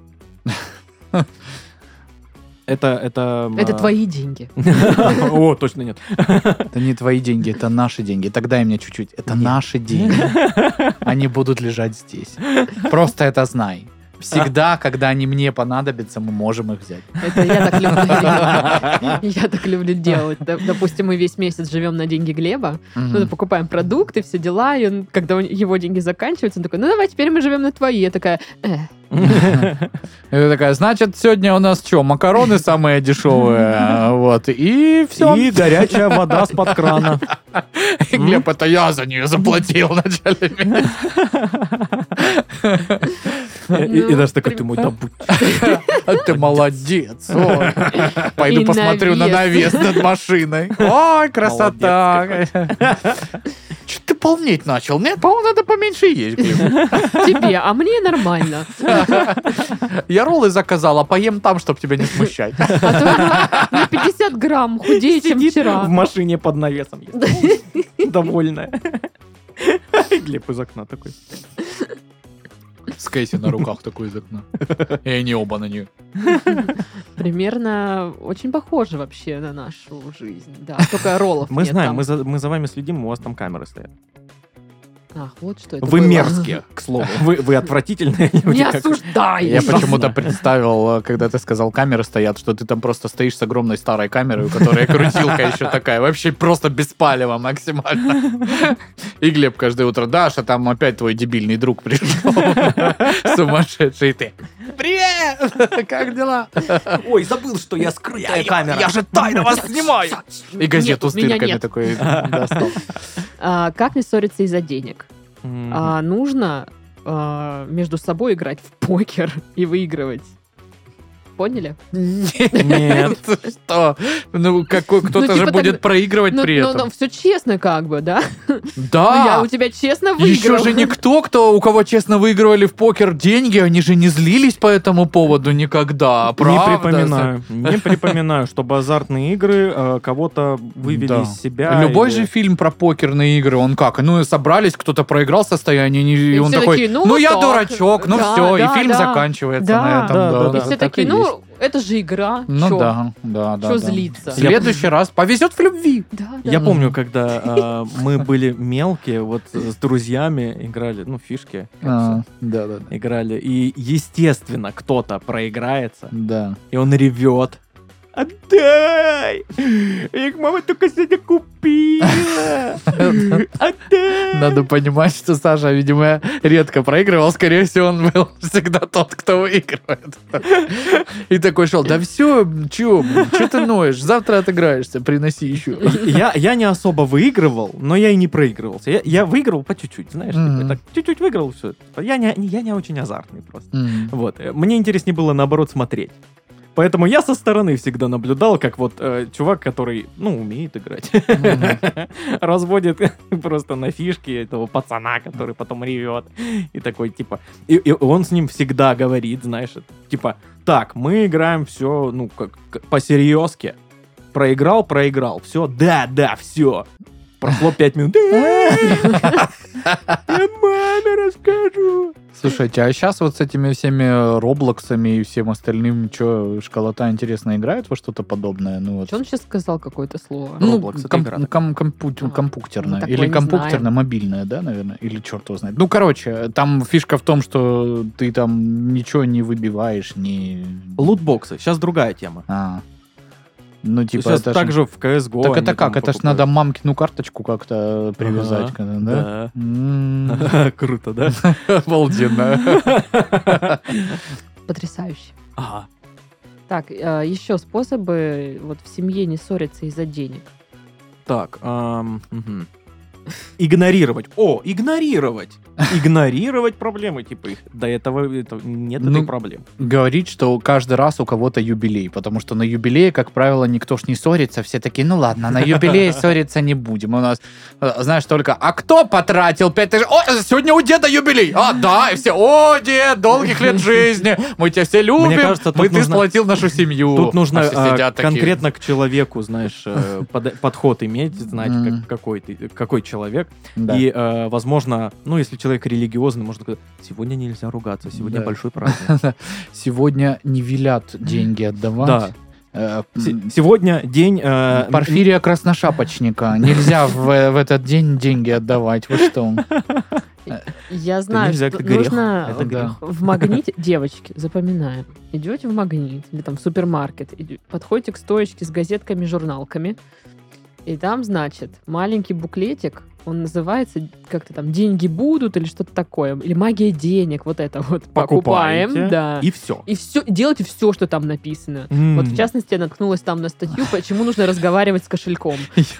Это твои деньги. О, точно нет. Это не твои деньги, это наши деньги. Тогда и мне чуть-чуть. Это Нет. наши деньги. Они будут лежать здесь. Просто это знай. Всегда, когда они мне понадобятся, мы можем их взять. Это я так люблю делать. Я так люблю делать. Допустим, мы весь месяц живем на деньги Глеба, ну, покупаем продукты, все дела, и он, когда его деньги заканчиваются, он такой, ну, давай, теперь мы живем на твои. Я такая, И такая, значит, сегодня у нас что, макароны самые дешевые, вот, и все. И горячая вода с-под крана. И Глеб, это я за нее заплатил в начале месяца. И даже такой, ты мой добудь. Ты молодец. Ой. Пойду И посмотрю на навес над машиной. Ой, красота. Что ты полнеть начал? Нет, по-моему, надо поменьше есть, Глеб. тебе, а мне нормально. Я роллы заказал, а поем там, чтобы тебя не смущать. А то на 50 грамм худее, чем Сидит вчера. в машине под навесом. Довольная. И Глеб из окна такой. С Кэсси на руках такой из окна. И они оба на нее. Примерно очень похоже вообще на нашу жизнь. Да, только роллов Мы нет знаем, там. мы за вами следим, у вас там камеры стоят. Ах, вот что это Вы было. мерзкие, к слову. Вы отвратительные люди. Не как- осуждай! Я почему-то представил, когда ты сказал, камеры стоят, что ты там просто стоишь с огромной старой камерой, у которой крутилка еще такая. Вообще просто беспалево максимально. И Глеб каждое утро, Даша, там опять твой дебильный друг пришел. Сумасшедший ты. Привет! Как дела? Ой, забыл, что я скрытая камера. Я же тайно вас снимаю! И газету Нет, с у меня тырками нет. такой достал. Как не ссориться из-за денег? Мгм. Нужно между собой играть в покер и выигрывать. Поняли? Нет. Что? Ну, кто-то типа же так- будет проигрывать при этом. все честно как бы, да? Да! У тебя честно Еще выиграл. же никто, у кого честно выигрывали в покер деньги, они же не злились по этому поводу никогда, правда? Не припоминаю, чтобы азартные игры кого-то вывели Да. из себя. Любой или- же фильм про покерные игры, он как? Ну, собрались, кто-то проиграл состояние, и он все такой, такие, ну, ну, вот я так. дурачок, ну, Да, все, и да, фильм да. заканчивается Да. на этом. Да, да, И все так такие, есть. ну, это же игра. Ну, чё? да. Чё злиться? В следующий раз повезет в любви. Да, да. Я помню, когда мы были мелкие, вот с друзьями играли, ну, фишки, Да. играли, и, естественно, кто-то проиграется, Да. и он ревет. Отдай! Их мама только сегодня купила! Отдай! Надо понимать, что Саша, видимо, редко проигрывал. Скорее всего, он был всегда тот, кто выигрывает. И такой шел, да все, че ты ноешь? Завтра отыграешься, приноси еще. Я не особо выигрывал, но я и не проигрывался. Я выигрывал по чуть-чуть, знаешь, Мгм. так, чуть-чуть выиграл, все. Я не очень азартный просто. Вот. Мне интереснее было, наоборот, смотреть. Поэтому я со стороны всегда наблюдал, как вот чувак, который, ну, умеет играть, разводит просто на фишки этого пацана, который потом ревет. И такой, типа... И он с ним всегда говорит, знаешь, типа, так, мы играем все, ну, как по-серьезки. Проиграл, все, да, все. Прошло 5 минут. Я маме расскажу. Слушайте, а сейчас вот с этими всеми Роблоксами и всем остальным, что, школота, интересно, играет во что-то подобное? Ну, вот. Что он сейчас сказал какое-то слово? Ну, Roblox это игра компьютерная. мы такое Или не компьютерно-мобильная, да, наверное? Или черт его знает. Ну, короче, там фишка в том, что ты там ничего не выбиваешь, не... Лутбоксы. Сейчас другая тема. Ну, типа, Сейчас это ж- также в CSGO. Так они это там как? Это ж покупают. надо мамкину карточку как-то привязать, Ага, да? Да. М, Круто, да? Обалденно. Потрясающе. Ага. Так, еще способы вот в семье не ссориться из-за денег. Так. Игнорировать. Игнорировать. Игнорировать проблемы. Типа их до этого нет Ну, этой проблемы. Говорит, что каждый раз у кого-то юбилей, потому что на юбилее, как правило, никто ж не ссорится, все такие, ну ладно, на юбилее ссориться не будем. У нас, знаешь, только, а кто потратил 5000? О, сегодня у деда юбилей! А, да, и все, о, дед, долгих лет жизни, мы тебя все любим, Мне кажется, тут ты нужно- сплотил нашу семью. Тут нужно А все сидят такие, конкретно к человеку, знаешь, подход иметь, знать, Мгм. какой человек. да. И, возможно, ну, если человек религиозный, можно сказать, сегодня нельзя ругаться, сегодня Да. большой праздник. Сегодня не велят деньги отдавать. Да. Сегодня день... Порфирия Красношапочника. Нельзя в этот день деньги отдавать. Вы что? Я знаю, нельзя, что это грех. нужно Это грех. в магните... Девочки, запоминаем. Идете в магнит или там в супермаркет, подходите к стоечке с газетками, журналками, и там, значит, маленький буклетик, он называется как-то там «Деньги будут» или что-то такое. Или «Магия денег». Вот это вот покупаем. Покупаете, Да. и все. И все, делайте все, что там написано. Вот, в частности, я наткнулась там на статью, почему нужно разговаривать с кошельком.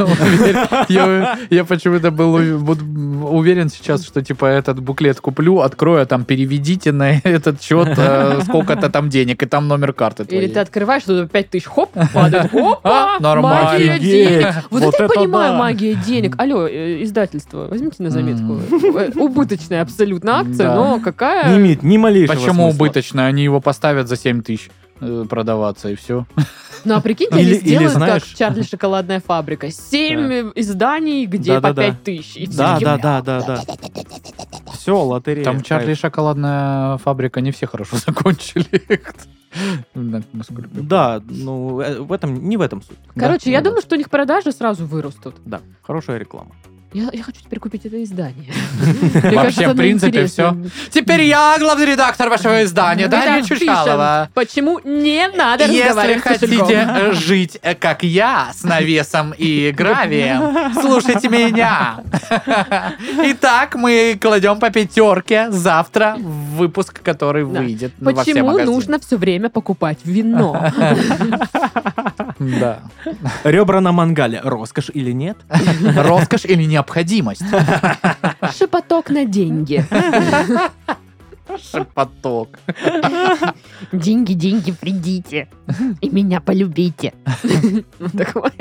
Я почему-то был уверен сейчас, что типа этот буклет куплю, открою, а там переведите на этот счет сколько-то там денег, и там номер карты твоей. Или ты открываешь, что 5000, хоп, падает. Опа! Нормально. Магия Офигеть! денег! Вот Вот это я это понимаю, да. магия денег. Алло, издательство, возьмите на заметку. Убыточная абсолютно акция, Да. но Не какая... имеет ни малейшего Почему смысла. убыточно? Они его поставят за 7 тысяч продаваться, и все. Ну, а прикиньте, они Или сделают, знаешь- как Чарли Шоколадная фабрика. 7 изданий, где по Да-да-да. 5000. И все Да, такие, да. Все, лотерея. Там Чарли и шоколадная фабрика не все хорошо закончили. Насколько я Да, ну, не в этом суть. Короче, я Да. думаю, что у них продажи сразу вырастут. Да, хорошая реклама. Я хочу теперь купить это издание. Вообще, в принципе, всё. Теперь я главный редактор вашего издания, Дарья Чучалова. Почему не надо Если разговаривать с кошельком? хотите жить, как я, с навесом и гравием, слушайте меня. Итак, мы кладем по 5 завтра в выпуск, который Да. выйдет во все Почему магазины. нужно все время покупать вино? Да. Ребра на мангале. Роскошь или нет? Роскошь или необходимость? Шепоток на деньги. Поток. Деньги, деньги, придите. И меня полюбите. Вот такое.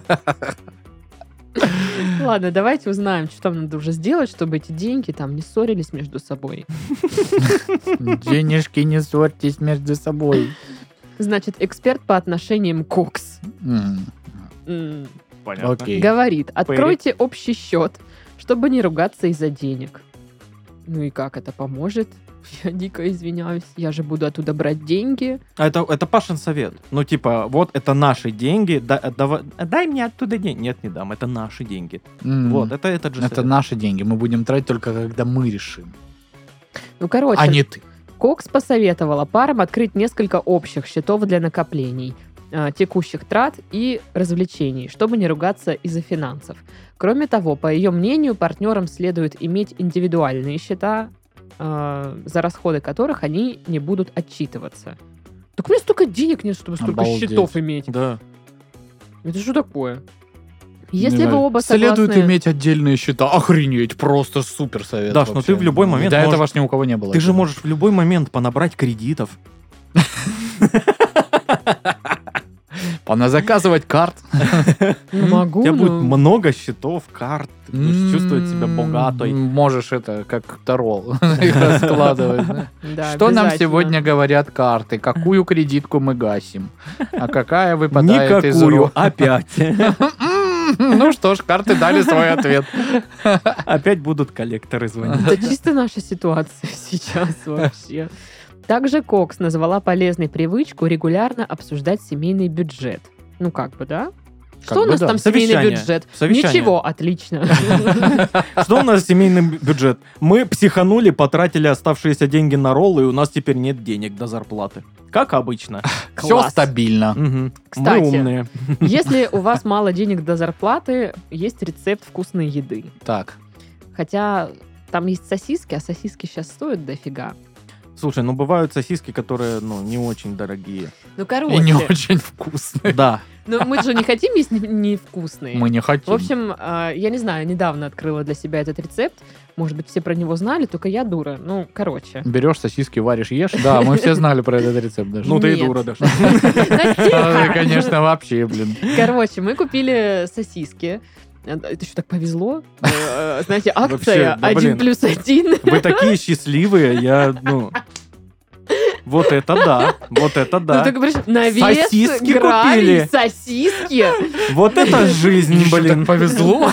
Ладно, давайте узнаем, что там надо уже сделать, чтобы эти деньги там не ссорились между собой. Денежки не ссорьтесь между собой. Значит, эксперт по отношениям Кокс Понятно. Окей. говорит, откройте общий счет, чтобы не ругаться из-за денег. Ну и как это поможет? Я дико извиняюсь, я же буду оттуда брать деньги. Это Пашин совет. Ну, типа, вот это наши деньги, дай мне оттуда деньги. Нет, не дам, это наши деньги. Вот, это этот же Это совет. наши деньги. Мы будем тратить только когда мы решим. Ну, короче, А не ты. Кокс посоветовала парам открыть несколько общих счетов для накоплений, текущих трат и развлечений, чтобы не ругаться из-за финансов. Кроме того, по ее мнению, партнерам следует иметь индивидуальные счета, за расходы которых они не будут отчитываться. Так у меня столько денег нет, чтобы столько Обалдеть. счетов иметь. Да. Это что такое? Если Не вы знаю. оба Следует согласны... иметь отдельные счета. Охренеть, просто супер совет. Даш, ну вообще. ты в любой момент До можешь- этого ж ни у кого не было. Ты же этого. можешь в любой момент понабрать кредитов. Заказывать карт. Ну, могу, У тебя будет но- много счетов, карт, ты будешь чувствовать себя богатой. Можешь это, как Тарол, их раскладывать. да? Да, Что нам обязательно. сегодня говорят карты? Какую кредитку мы гасим? А какая выпадает из Никакую, рук? опять. Ну что ж, карты дали свой ответ. Опять будут коллекторы звонить. Это чисто наша ситуация сейчас вообще. Также Кокс назвала полезной привычку регулярно обсуждать семейный бюджет. Ну как бы, да? Что у бы нас да. там семейный Совещание. бюджет? Совещание. Ничего, отлично. Что у нас семейный бюджет? Мы психанули, потратили оставшиеся деньги на роллы, и у нас теперь нет денег до зарплаты. Как обычно. Все Класс. стабильно. Мгм. Кстати. Мы умные. Если у вас мало денег до зарплаты, есть рецепт вкусной еды. Так. Хотя там есть сосиски, а сосиски сейчас стоят дофига. Слушай, ну бывают сосиски, которые, ну, не очень дорогие. Ну, И короче. не очень вкусные. Да. Ну, мы же не хотим есть невкусные. Мы не хотим. В общем, я не знаю, недавно открыла для себя этот рецепт. Может быть, все про него знали, только я дура. Ну, короче. Берешь сосиски, варишь, ешь. Да, мы все знали про этот рецепт даже. Ну ты и Нет. дура, Даша. А, конечно, вообще, блин. Короче, мы купили сосиски. Это еще так повезло. Знаете, Вообще, акция да, блин. 1+1. Вы такие счастливые, вот это да, вот это Ну, да. ты говоришь, на вес, Сосиски гравий, купили. сосиски. Вот это жизнь, Что, блин. так повезло.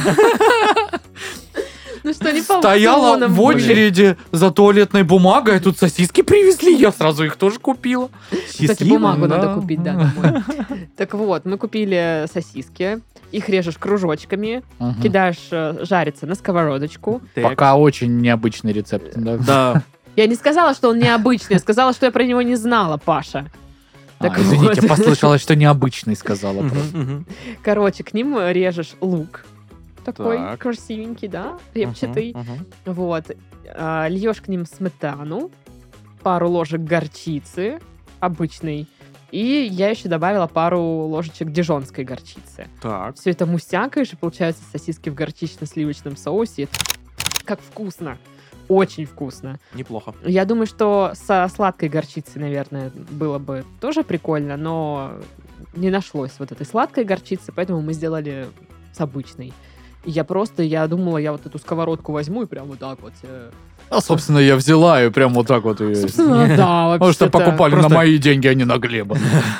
Ну что, не по Стояла аукционам, в блин. очереди за туалетной бумагой, а тут сосиски привезли, я сразу их тоже купила. Кстати, Счастливые, бумагу да. надо купить, да, домой. Так вот, мы купили сосиски. их режешь кружочками, Ага. кидаешь жариться на сковородочку. Так. Пока очень необычный рецепт. Да. Да. Я не сказала, что он необычный, я сказала, что я про него не знала, Паша. Так Извините, вот. послышалось, что необычный сказала. просто. Мгм. Короче, к ним режешь лук. Такой Так. красивенький, да, репчатый. Мгм. Вот. Льешь к ним сметану, пару ложек горчицы обычной, и я еще добавила пару ложечек дижонской горчицы. Так. Все это мусякаешь, и получаются сосиски в горчично-сливочном соусе. Это как вкусно. Очень вкусно. Неплохо. Я думаю, что со сладкой горчицей, наверное, было бы тоже прикольно, но не нашлось вот этой сладкой горчицы, поэтому мы сделали с обычной. И я думала, я вот эту сковородку возьму и прям вот так вот. А, собственно, я взяла и прям вот так вот. Собственно, да, вообще. Потому что покупали Просто- на мои деньги, а не на Глеба.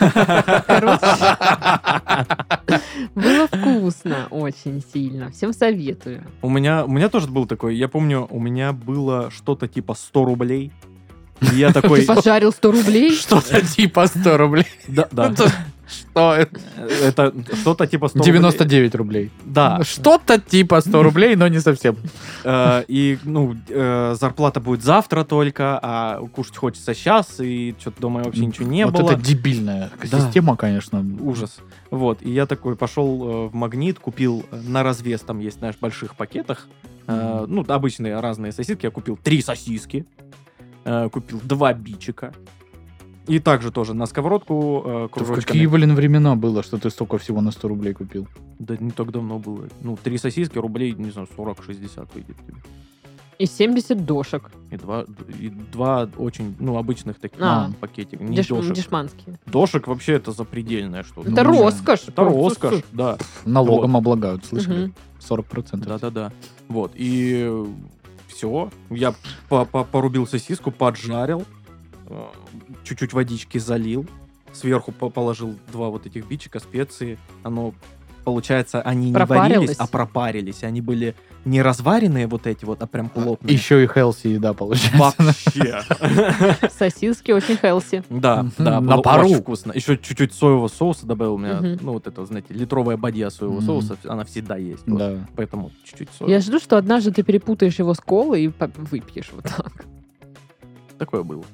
Было вкусно очень сильно. Всем советую. У меня тоже был такой. Я помню, у меня было что-то типа 100 рублей. И я такой... Ты пожарил 100 рублей? Что-то типа 100 рублей. Да, да. Что это? Это что-то типа 100 рублей. 99 рублей. Да. Что-то типа 100 рублей, но не совсем. И, зарплата будет завтра только, а кушать хочется сейчас, и что-то дома вообще ничего не Вот было. это дебильная Да. система, конечно. Ужас. Вот. И я такой пошел в Магнит, купил на развес, там есть, знаешь, в больших пакетах, обычные разные сосиски. Я купил 3 сосиски, купил 2 бичика. И также тоже на сковородку В кружочками. какие, времена было, что ты столько всего на 100 рублей купил? Да не так давно было. 3 сосиски, рублей, не знаю, 40-60 выйдет тебе. И 70 дошек. И два очень, обычных таких пакетика. Не дошек. Дешманские. Дошек вообще это запредельное что-то. Это Ну, роскошь. Это роскошь, да. Налогом облагают, слышали? Мгм. 40%. Да-да-да. Вот. И все. Я порубил сосиску, поджарил, чуть-чуть водички залил, сверху положил 2 вот этих бичика, специи. Оно, получается, они не Пропарилось? варились, а пропарились. Они были не разваренные вот эти вот, а прям плотные. Еще и healthy еда получается. Вообще. Сосиски очень хелси. Да, да, На было пару. очень вкусно. Еще чуть-уть соевого соуса добавил. У меня, Мгм. вот это, знаете, литровая бадья соевого Мгм. соуса, она всегда есть. Вот. Да. Поэтому чуть-чуть Я соевого. жду, что однажды ты перепутаешь его с колой и выпьешь вот так. Такое было.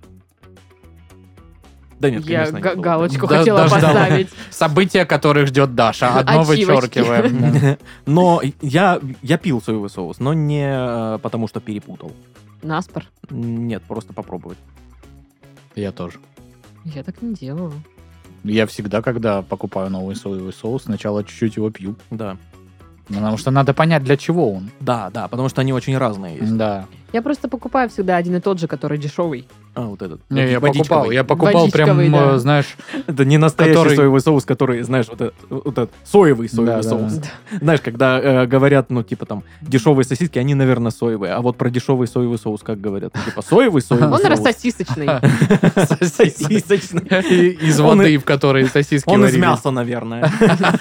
Да нет, Я конечно, не было. галочку Да, хотела дождалась. поставить. События, которых ждет Даша. Одно Ачивочки. вычеркиваем. Но я пил соевый соус, но не потому, что перепутал. Наспор. Нет, просто попробовать. Я тоже. Я так не делаю. Я всегда, когда покупаю новый соевый соус, сначала чуть-чуть его пью. Да. Потому что надо понять, для чего он. Да, потому что они очень разные есть. Да. Я просто покупаю всегда один и тот же, который дешевый. А, вот этот. Не, я водичковый. покупал прям, Водичковый, да. знаешь, Это не настоящий который- соевый соус, который, знаешь, вот этот соевый Да, соус. да. Знаешь, когда говорят, там, дешевые сосиски, они, наверное, соевые. А вот про дешевый соевый соус как говорят? Типа, соевый соевый Он соус. рассосисочный. Сосисочный. из Он воды, в которой сосиски Он из варились. мяса, наверное.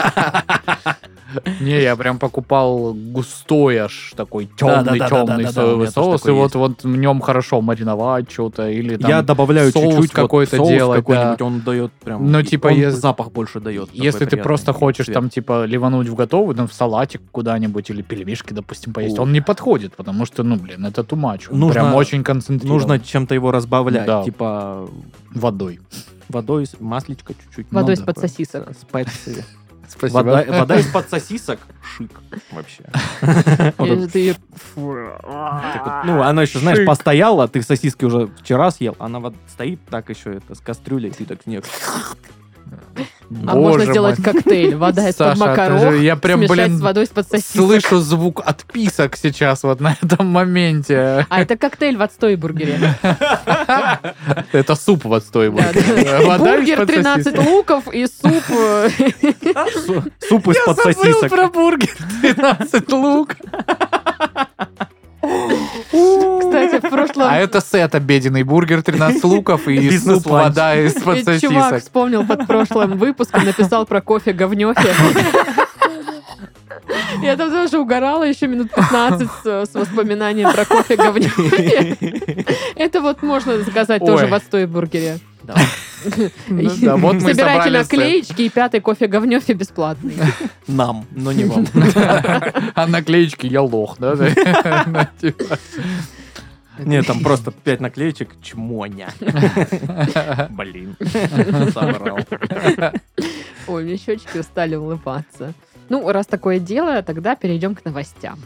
Не, я прям покупал густой аж такой Да-да-да-да-да-да, темный у соевый меня тоже соус, и такой есть. вот в нем хорошо мариновать что-то, или там Я добавляю соус чуть-чуть какой-то соус делать, какой-нибудь, да. он дает прям... Ну, и типа, он если- запах больше дает. такой Если ты приятный просто хочешь цвет. там, типа, ливануть в готовый, там, в салатик куда-нибудь, или пельмешки, допустим, поесть, он не подходит, потому что, это too much. Он Нужно- прям очень концентрирован. Нужно чем-то его разбавлять, Да. типа водой. водой, маслечко чуть-чуть. Водой да, из-под сосисок. Специи. Спасибо. Вода из-под сосисок. Шик вообще. Вот Или это ты её- Фу. так вот. Она еще, знаешь, постояла, ты сосиски уже вчера съел, она вот стоит так еще это с кастрюлей, ты так нет. А можно Боже сделать мой. коктейль. Вода из-под Саша, макарон, это же я прям, смешать блин, с водой из-под сосисок. Слышу звук отписок сейчас вот на этом моменте. А это коктейль в отстой бургере. Это суп в отстой Да, будет. да. Вода Бургер, из-под 13 сосисок. луков и суп. Суп из-под Забыл сосисок. про бургер 12 лук. Кстати, в прошлом... А это сет обеденный. Бургер 13 луков и Бизнес-ланч. суп вода из-под Ведь чувак сосисок. вспомнил под прошлым выпуском, написал про кофе говнёхи. Я там тоже угорала еще минут 15 с воспоминанием про кофе говнёхи. Это вот можно заказать тоже Ой. в отстой бургере. Да. Да, вот мы Собирайте собрали сет. наклеечки, и 5-й кофе-говнёфе бесплатный. Нам, но не вам. А наклеечки «Я лох», да? Типа. Нет, там просто 5 наклеечек «Чмоня». Блин, соврал. Ой, мне щечки устали улыбаться. Ну, раз такое дело, тогда перейдем к новостям.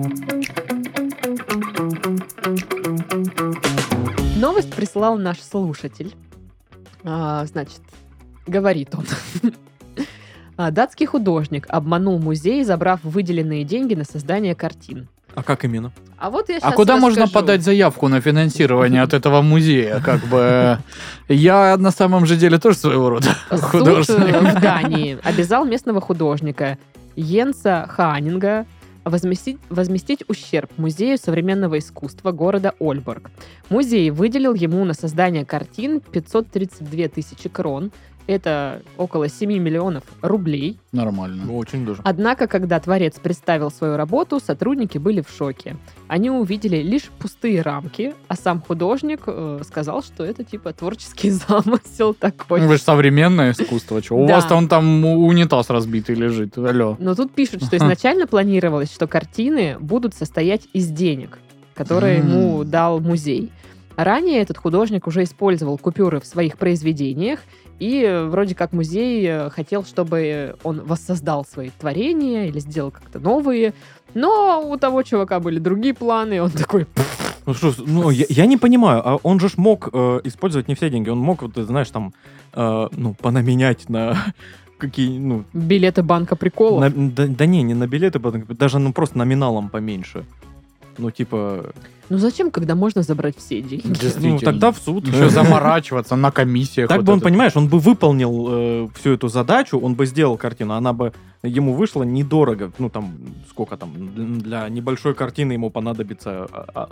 Новость прислал наш слушатель. Значит, говорит он. Датский художник обманул музей, забрав выделенные деньги на создание картин. А как именно? А вот я А сейчас куда можно расскажу. подать заявку на финансирование от этого музея? Как бы я на самом же деле тоже своего рода Суд художник. в Дании обязал местного художника Йенса Ханинга возместить ущерб Музею современного искусства города Ольборг. Музей выделил ему на создание картин 532 тысячи крон. Это около 7 миллионов рублей. Нормально. Очень даже. Однако, когда творец представил свою работу, сотрудники были в шоке. Они увидели лишь пустые рамки, а сам художник сказал, что это типа творческий замысел такой. Вы же современное искусство. Чё? У Да. вас-то он там унитаз разбитый лежит. Алло. Но тут пишут, что изначально планировалось, что картины будут состоять из денег, которые ему дал музей. Ранее этот художник уже использовал купюры в своих произведениях, и вроде как музей хотел, чтобы он воссоздал свои творения или сделал как-то новые. Но у того чувака были другие планы, и он такой... Ну что, я не понимаю, а он же ж мог использовать не все деньги, он мог, вот, ты знаешь, там, понаменять на какие, Билеты банка приколов. да не на билеты, даже просто номиналом поменьше. Ну зачем, когда можно забрать все деньги? Действительно. Тогда в суд. Еще заморачиваться на комиссиях. Так вот бы он, это. понимаешь, он бы выполнил всю эту задачу, он бы сделал картину, она бы ему вышла недорого. Ну, там, сколько там, для небольшой картины ему понадобится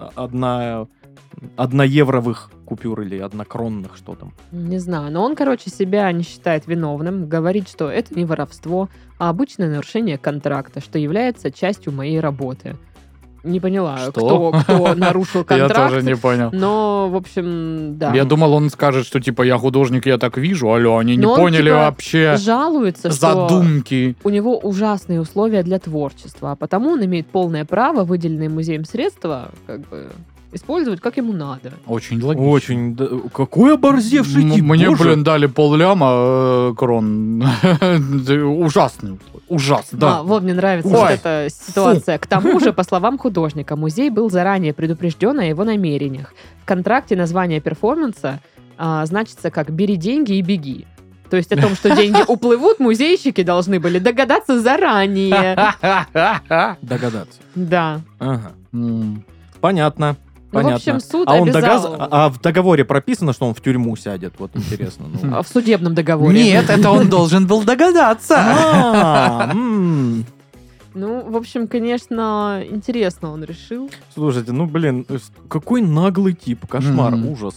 1 евровых купюр или 1 кронных, что там. Не знаю, но он, короче, себя не считает виновным, говорит, что это не воровство, а обычное нарушение контракта, что является частью моей работы. Не поняла, Что? кто нарушил контракт. Я тоже не понял. Но, в общем, да. Я думал, он скажет, что типа я художник, я так вижу. Алло, они не Но он, поняли типа, вообще жалуется, что задумки. у него ужасные условия для творчества, а потому он имеет полное право выделенные музеем средства как бы использовать как ему надо. Очень логично. Очень. Какой оборзевший тип, Мне, боже. блин, дали полляма крон. Ужасный. Ужасно. Да. Вот мне нравится Ой, вот эта ситуация. К тому же, по словам художника, музей был заранее предупрежден о его намерениях. В контракте название перформанса значится как «бери деньги и беги». То есть о том, что деньги уплывут, музейщики должны были догадаться заранее. Догадаться. Да. Ага. М. Понятно. Ну, в Понятно. общем, суд а он обязал... а в договоре прописано, что он в тюрьму сядет? Вот интересно. В судебном договоре. Нет, это он должен был догадаться. Ну, в общем, конечно, интересно он решил. Слушайте, какой наглый тип, кошмар, ужас.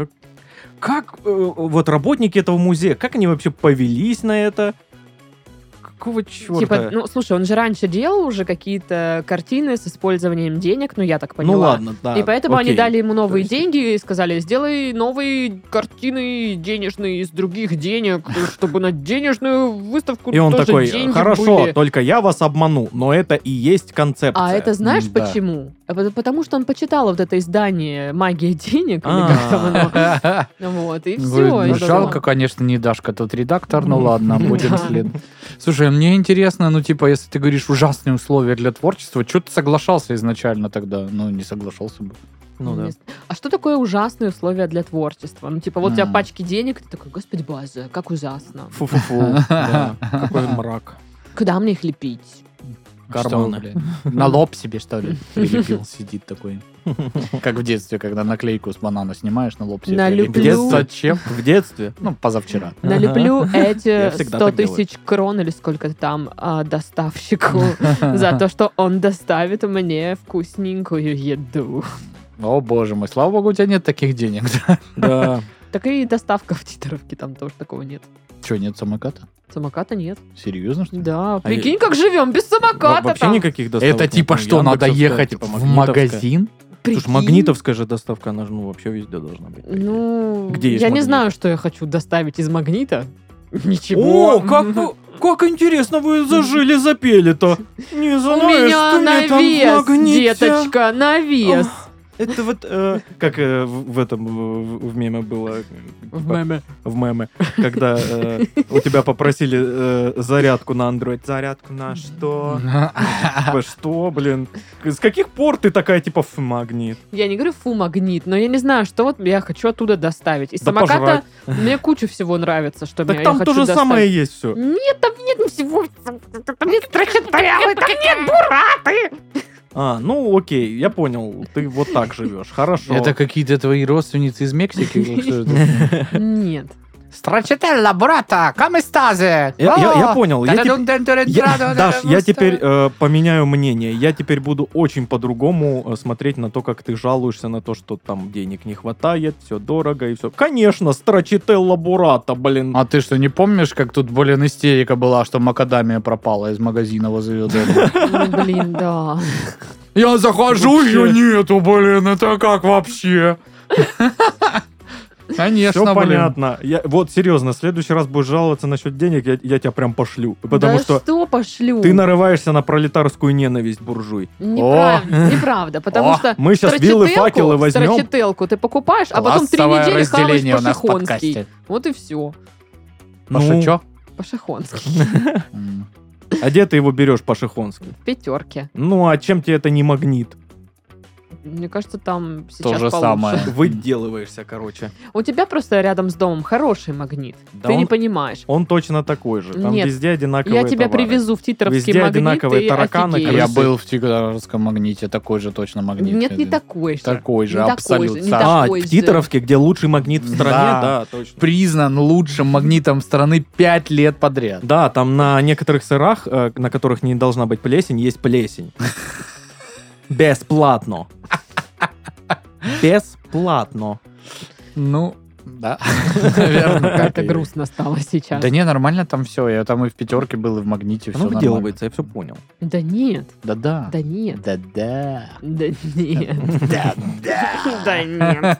Как вот работники этого музея, как они вообще повелись на это? Какого черта? Типа, ну, слушай, он же раньше делал уже какие-то картины с использованием денег, ну, я так поняла. Ну ладно, да. И поэтому они окей. дали ему новые То есть- деньги и сказали, сделай новые картины денежные из других денег, чтобы на денежную выставку И он тоже такой, деньги хорошо, были. только я вас обману, но это и есть концепция. А это знаешь Да. почему? Потому что он почитал вот это издание «Магия денег», или как там оно. Вот, и все. Жалко, конечно, не Дашка тот редактор, ну ладно, будем Да. следовать. Слушай, мне интересно, если ты говоришь ужасные условия для творчества, что ты соглашался изначально тогда? Ну, не соглашался бы. Ну да. А что такое ужасные условия для творчества? Ну, типа, вот у тебя М. пачки денег, ты такой, господи, база, как ужасно. Фу-фу-фу. Да. Какой мрак. Куда мне их лепить? Карманы. Что, блин, на лоб себе, что ли, прилепил, сидит такой. Как в детстве, когда наклейку с банана снимаешь, на лоб себе Налеплю. прилепил. Зачем? В детстве. Ну, позавчера. Налеплю Я эти всегда 100 так делаю. тысяч крон или сколько там доставщику за то, что он доставит мне вкусненькую еду. О, боже мой, слава богу, у тебя нет таких денег. Да. Так и доставка в Титаровке, там тоже такого нет. Че, нет самоката? Самоката нет. Серьезно, что ли? Да, прикинь, как живем без самоката Вообще там. никаких доставок Это нет. типа Ну, что, надо яндексовская, ехать типа в магнитовская. магазин? Прикинь. Слушай, магнитовская же доставка, она же вообще везде должна быть. Ну, Где есть я не магнит? знаю, что я хочу доставить из магнита. Ничего. О, как интересно вы зажили, запели-то. Не У знаешь, меня что мне там в навес, магните. деточка, навес. Это вот как в этом в меме было. В меме. В меме. Когда у тебя попросили зарядку на Android. Зарядку на что? Типа, что, блин? С каких пор ты такая, типа, магнит? Я не говорю фу, магнит, но я не знаю, что вот я хочу оттуда доставить. Из Да самоката мне куча всего нравится, что Так я там хочу то же доставить. самое есть все. Нет, там нет всего. Там нет строчителлы, там нет бураты. Ну окей, я понял. Ты вот так живешь. Хорошо. Это какие-то твои родственницы из Мексики? Или что это? Нет. Stracciatella, брата, come state? Я понял. Даш, я теперь поменяю мнение. Я теперь буду очень по-другому смотреть на то, как ты жалуешься на то, что там денег не хватает, все дорого и все. Конечно, Stracciatella бурата, блин. А ты что, не помнишь, как тут, блин, истерика была, что макадамия пропала из магазина возле дома? Ну, блин, да. Я захожу, Вообще. ее нету, блин, это как вообще? Конечно, Все блин. понятно. Вот серьезно, в следующий раз будешь жаловаться насчет денег, я тебя прям пошлю. Потому Да что пошлю? ты нарываешься на пролетарскую ненависть, буржуй. Неправда, потому О, что мы щас вилы, факелы возьмем. Страчителку ты покупаешь, а потом 3 Классовое недели хаваешь разделение у нас в по-шихонски. подкасте. Вот и все. Паша, чё? По-шихонски. А где ты его берешь по-шихонски? В пятерке. Ну, а чем тебе это не магнит? Мне кажется, там сейчас То же получше. самое. Выделываешься, короче. У тебя просто рядом с домом хороший магнит. Да Ты не он- понимаешь. Он точно такой же. Там Нет. везде одинаковые Я тебя товары. привезу в титровский Везде магнит, одинаковые ты тараканы, офигеешь. Я крысы. был в Тигровском магните, такой же точно магнит. Нет, не такой же. Такой же, Не такой абсолютно. же, не Саша. такой в же. Титровске, где лучший магнит в стране, Да. да, точно. Признан лучшим магнитом страны 5 лет подряд. Да, там на некоторых сырах, на которых не должна быть плесень, есть плесень. Бесплатно. Бесплатно. Ну, да. Наверное, Как-то так и грустно стало сейчас. Да не, нормально там все. Я там и в пятерке был, и в магните все Оно нормально. выделывается, я все понял. Да нет, Да-да. да нет, Да-да. да нет, Да-да. да нет.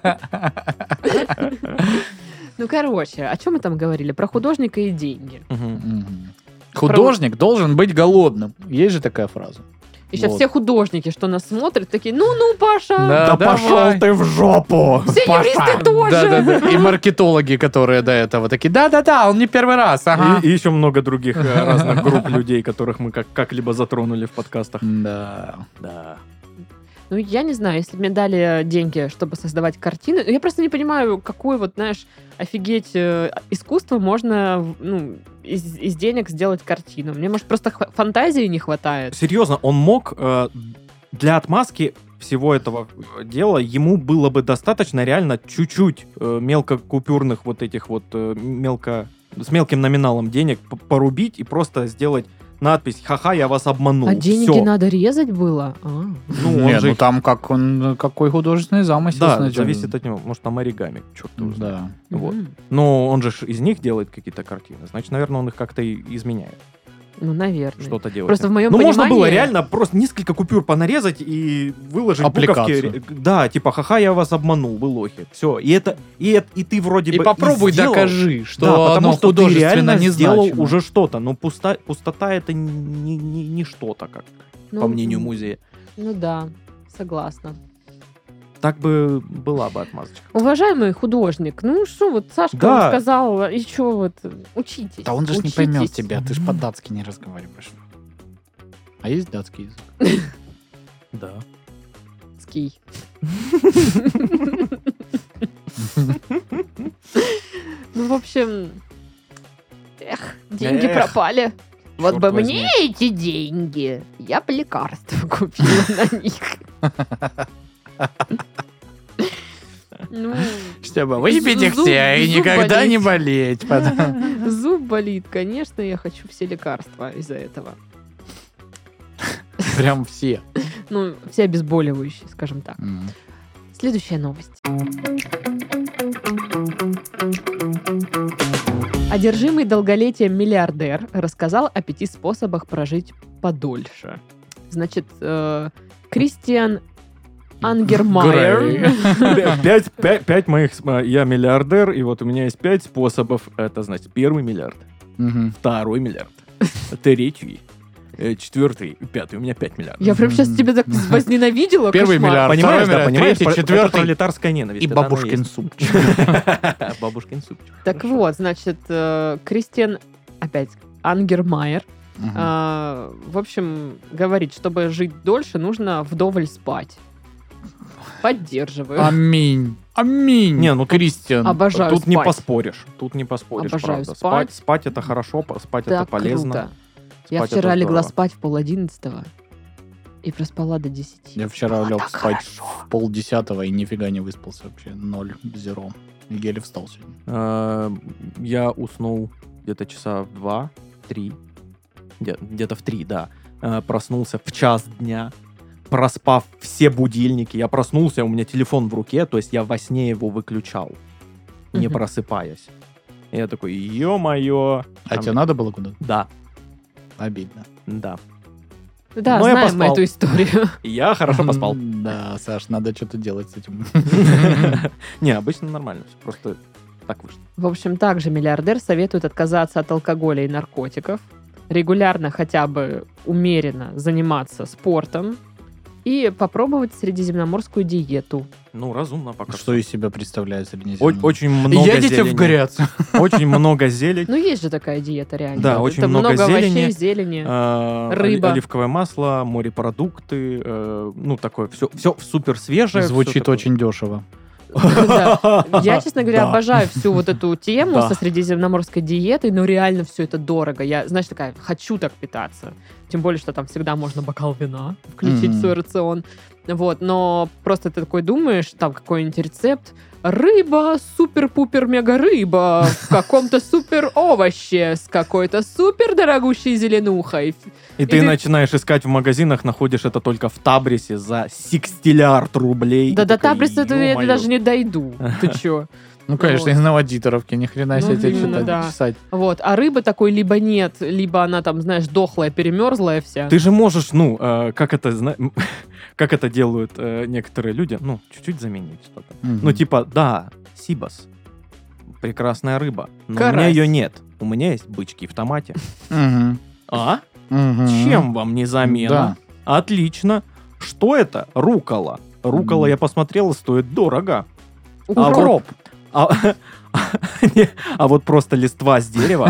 Ну, короче, о чем мы там говорили? Про художника и деньги. Мгм. Мгм. Художник должен быть голодным. Есть же такая фраза. И сейчас Вот. все художники, что нас смотрят, такие, ну, Паша, Да. Да давай. пошел ты в жопу! все юристы тоже. Да-да-да. И маркетологи, которые до этого такие, да-да-да, он не первый раз. Ага. И еще много других разных групп людей, которых мы как-либо затронули в подкастах. Да. Да. Ну, я не знаю, если бы мне дали деньги, чтобы создавать картины, я просто не понимаю, какое вот, знаешь, офигеть искусство можно, ну, из денег сделать картину. Мне, может, просто фантазии не хватает. Серьезно, он мог для отмазки всего этого дела, ему было бы достаточно реально чуть-чуть мелкокупюрных вот этих вот с мелким номиналом денег порубить и просто сделать надпись «Ха-ха, я вас обманул». А деньги Всё. надо резать было? Ну, Не, он же... ну там какой художественный замысел. Да, сначала. зависит от него. Может, там оригами, черт его знает. Да. Вот. Мгм. Но он же ж из них делает какие-то картины. Значит, наверное, он их как-то и изменяет. Ну, наверное. Что-то делает. Просто в моем Ну, понимании... можно было реально просто несколько купюр понарезать и выложить Аппликацию. буковки. Да, типа, ха-ха, я вас обманул, вы лохи. Все. И ты вроде И бы попробуй сделал. докажи, что Да, потому оно что ты художественно реально не сделал значимо. уже что-то. Но пустота это не что-то, как Ну, по мнению музея. Ну да, согласна. Так бы была бы отмазочка. Уважаемый художник, ну что, вот Сашка Да. вот сказал, и что вот, учитесь. Да он же ж не учитесь. поймет тебя, ты ж по-датски не разговариваешь. А есть датский язык? Да. Ский. Ну, в общем, деньги Эх, пропали. Вот черт бы возьми. мне эти деньги, я бы лекарства купила на них. Ну, Чтобы выпить их Зуб- все и зуб никогда болит. не болеть. потом. зуб болит, конечно, я хочу все лекарства из-за этого. Прям все. Ну, все обезболивающие, скажем так. Следующая новость. Одержимый долголетием миллиардер рассказал о 5 способах прожить подольше. Значит, Кристиан Ангермайер. Грей. 5 моих... Я миллиардер, и вот у меня есть 5 способов. Это, значит, 1 миллиард, Мгм. 2 миллиард, 3, 4, 5. У меня 5 миллиардов. Я прям сейчас тебя так возненавидела. Первый кошмар. миллиард. Понимаешь, второй да, понимаешь? третий, Это четвертый пролетарская ненависть. И это оно бабушкин есть. супчик. Бабушкин супчик. Так Хорошо. вот, значит, Кристиан, опять, Ангермайер, Мгм. в общем, говорит, чтобы жить дольше, нужно вдоволь спать. Поддерживаю. Аминь. Аминь. Не, ну тут- Кристиан. Обожаю Тут не спать. поспоришь. Тут не поспоришь, Обожаю правда. спать. Спать это хорошо, спать это Так полезно. круто. Я Спать вчера это легла здорово. спать в 10:30 и проспала до 10. Я вчера Было лег так спать хорошо. в 9:30 и нифига не выспался вообще. 0, 0. Еле встал сегодня. Я уснул где-то часа в 2-3. Где-то в 3, да. Проснулся в 1 дня, проспав все будильники. Я проснулся, у меня телефон в руке, то есть я во сне его выключал, не Мгм. просыпаясь. И я такой, ё-моё. А тебе надо было куда-то? Да, Обидно. да. Да, Но я знаем мы поспал. эту историю. И я хорошо поспал. Да, Саш, надо что-то делать с этим. Не, обычно нормально все, просто так вышло. В общем, также миллиардер советует отказаться от алкоголя и наркотиков, регулярно хотя бы умеренно заниматься спортом и попробовать средиземноморскую диету. Ну, разумно пока Что из себя представляет О- среднеземное? Очень много Едете в зелени. Грецию. Очень много зелени. Ну, есть же такая диета, реально. Да, очень Это много овощей, зелени. зелени. Рыба. Рыба. Оливковое масло, морепродукты, ну, такое, все супер свежее. Звучит очень дешево. Да. Я, честно говоря, Да. обожаю всю вот эту тему Да. со средиземноморской диетой, но реально все это дорого. Я, знаешь, такая, хочу так питаться. Тем более, что там всегда можно бокал вина включить в свой рацион. Вот, но просто ты такой думаешь, там какой-нибудь рецепт, рыба, супер-пупер-мега-рыба в каком-то супер-овоще с какой-то супер-дорогущей зеленухой. И ты начинаешь искать в магазинах, находишь это только в Табрисе за 60 рублей. Да И до такой, Табриса я ё-моё. даже не дойду. Ты чё? Ну, конечно, Вот. из Новодитровки, ни хрена себе Ну, тебе именно, что-то да. писать. Вот, а рыбы такой либо нет, либо она там, знаешь, дохлая, перемерзлая вся. Ты же можешь, ну, как это делают некоторые люди, ну, чуть-чуть заменить что-то. Мгм. Ну, типа, да, Сибас, прекрасная рыба, но у меня Карась. ее нет. У меня есть бычки в томате. Мгм. А? Мгм. Чем вам не замена? Да. Отлично. Что это? Рукола. Рукола, Мгм. я посмотрел, стоит дорого. Укроп. А, не, а вот просто листва с дерева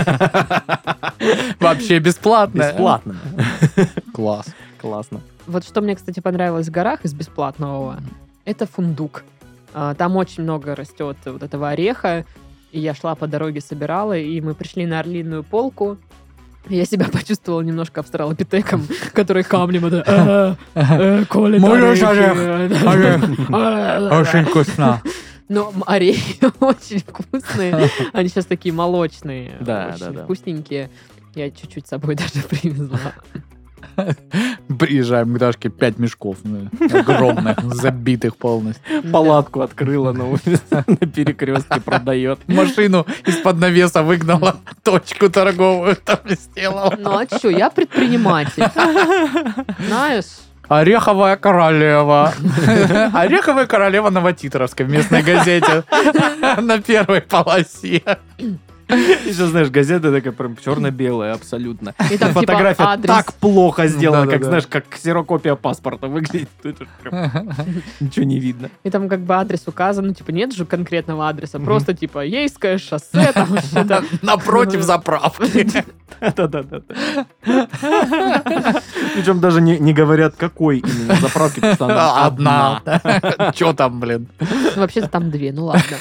Вообще бесплатно. бесплатно. Класс. Классно. Вот что мне, кстати, понравилось в горах из бесплатного, это фундук. Там очень много растет вот этого ореха. И я шла по дороге, собирала, и мы пришли на Орлиную полку. И я себя почувствовала немножко австралопитеком, который камнем это... Коля, Можешь орехи. Очень вкусно. Но орехи очень вкусные. Они сейчас такие молочные. Да, очень да, да. вкусненькие. Я чуть-чуть с собой даже привезла. Приезжаем к Дашке 5 мешков, огромных, забитых полностью. Палатку открыла на улице, на перекрестке продает. Машину из-под навеса выгнала, точку торговую там сделала. Ну а что, я предприниматель. Знаешь, Ореховая королева. Ореховая королева Новотитровской в местной газете на первой полосе. Еще, знаешь, газета такая прям черно-белая абсолютно. и там Фотография типа адрес. так плохо сделана, как, Да-да-да. знаешь, как ксерокопия паспорта выглядит. Это прям ничего не видно. И там как бы адрес указан, ну типа нет же конкретного адреса, Мгм. просто типа Ейское шоссе, там что-то. Напротив заправки. Да-да-да. Причем даже не говорят, какой именно заправки, потому что она Одна. Че там, блин? Вообще-то там две, ну ладно.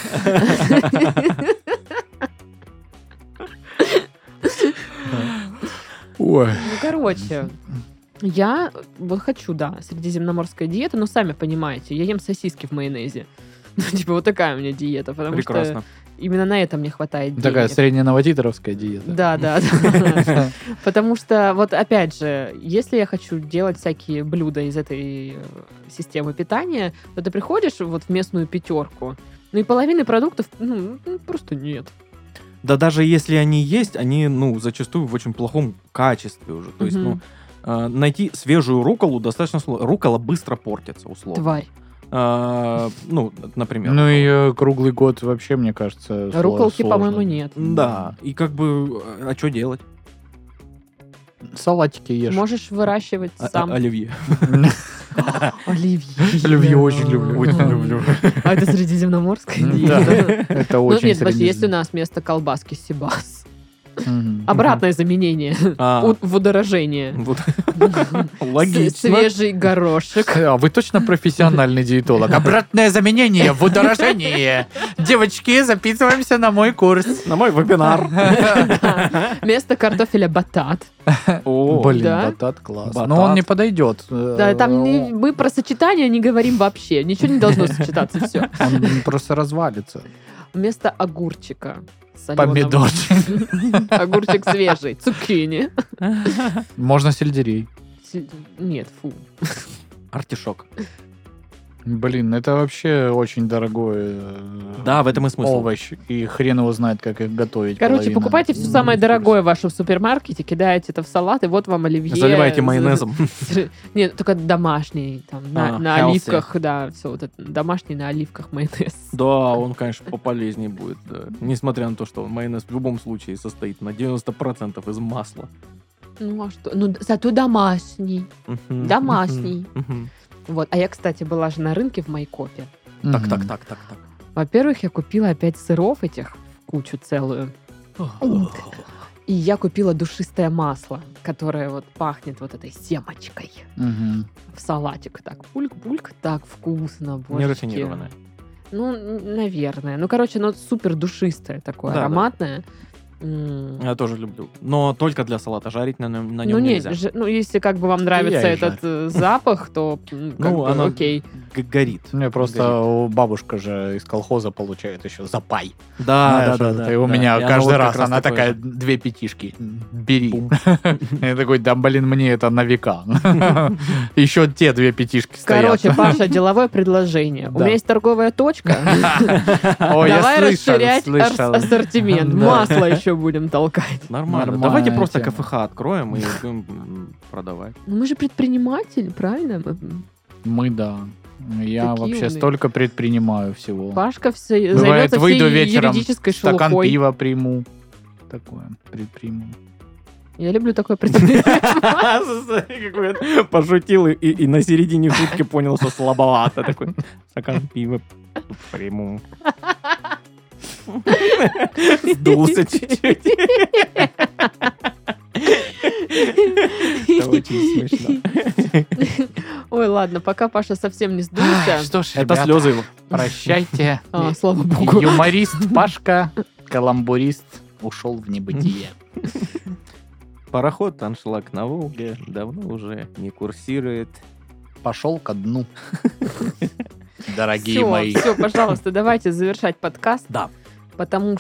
Ой. Ну, короче, я вот хочу, да, средиземноморская диета, но сами понимаете, я ем сосиски в майонезе. Ну, типа, вот такая у меня диета, потому Прекрасно. что именно на это мне хватает денег. Такая средняя новотитровская диета. Да, да, да. Потому что, вот опять же, если я хочу делать всякие блюда из этой системы питания, то ты приходишь вот в местную пятерку, ну и половины продуктов, ну, просто нет. Да даже если они есть, они, ну, зачастую в очень плохом качестве уже. То есть, Мгм. ну, найти свежую рукколу достаточно сложно. Руккола быстро портится, условно. Тварь. Ну, например. Ну и круглый год вообще, мне кажется, Рукколки, сложно. по-моему, нет. Да, и как бы, а что делать? Салатики ешь. Можешь выращивать сам. Оливье. Оливье. Оливье очень люблю. Очень люблю. А это средиземноморская Да, диета? это Ну, очень нет, подожди, есть у средизем- нас вместо колбаски сибас. Мгм. Обратное заменение. В удорожение. Вот. Логично. Свежий горошек. А вы точно профессиональный диетолог? Обратное заменение в удорожение. Девочки, записываемся на мой курс. На мой вебинар. Да. Вместо картофеля батат. О, Блин, Да? батат класс. Батат. Но он не подойдет. Да, там мы про сочетание не говорим вообще. Ничего не должно сочетаться, все. Он просто развалится. Вместо огурчика солёного. Помидорчик. Огурчик свежий. Цукини. Можно сельдерей. Нет, фу. артишок. Блин, это вообще очень дорогой Да, в этом и смысл. овощ. И хрен его знает, как их готовить. Короче, половина. покупайте все самое дорогое в вашем супермаркете, кидаете это в салат, и вот вам оливье. Заливайте майонезом. Нет, только домашний, там, на healthy. оливках, да, все, вот это, домашний на оливках майонез. Да, он, конечно, пополезнее будет. Да. Несмотря на то, что майонез в любом случае состоит на 90% из масла. Ну, а что? Ну, зато домашний. Мгм, Домашний. мгм, мгм. Вот, а я, кстати, была же на рынке в Майкопе. Так. Мгм. Во-первых, я купила опять сыров этих, кучу целую. И я купила душистое масло, которое вот пахнет вот этой семочкой. Мгм. В салатик так, бульк-бульк, так вкусно, божечки. Нерафинированное. Ну, наверное. Ну, короче, оно супер душистое такое, Да, да. ароматное. Я тоже люблю. Но только для салата жарить на нем Ну, нельзя. нет, ну, если как бы вам нравится и этот запах, то как Ну, бы, она окей. горит. У меня просто бабушка же из колхоза получает еще запай. Да, Знаешь, да. И у меня И оно каждый вот раз как она такое такая, же. 2 пятишки, бери. Бум. Я такой, да блин, мне это на века. Еще те 2 пятишки стоят. Короче, Паша, деловое предложение. У Да. меня есть торговая точка. Ой, я Давай слышал, расширять слышал. ассортимент. Да. Масло еще будем толкать. Нормально. Нормальная Давайте просто тема. КФХ откроем и будем продавать. Ну, мы же предприниматели, правильно? Мы, да. Я Такие вообще умные. столько предпринимаю всего. Пашка все Бывает, займется выйду всей вечером, юридической стакан шелухой. пива приму. Такое, предприму. Я люблю такое предпринимательство. Пошутил и на середине шутки понял, что слабовато. Такой стакан пива приму. Сдулся чуть-чуть. Это очень смешно. Ой, ладно, пока Паша совсем не сдулся. Что ж, Это ребята, слезы его. прощайте. Слава богу. Юморист Пашка, каламбурист ушел в небытие. Пароход «Аншлаг» на Волге давно уже не курсирует. Пошел ко дну. Дорогие мои. Все, пожалуйста, давайте завершать подкаст. Да. Потому.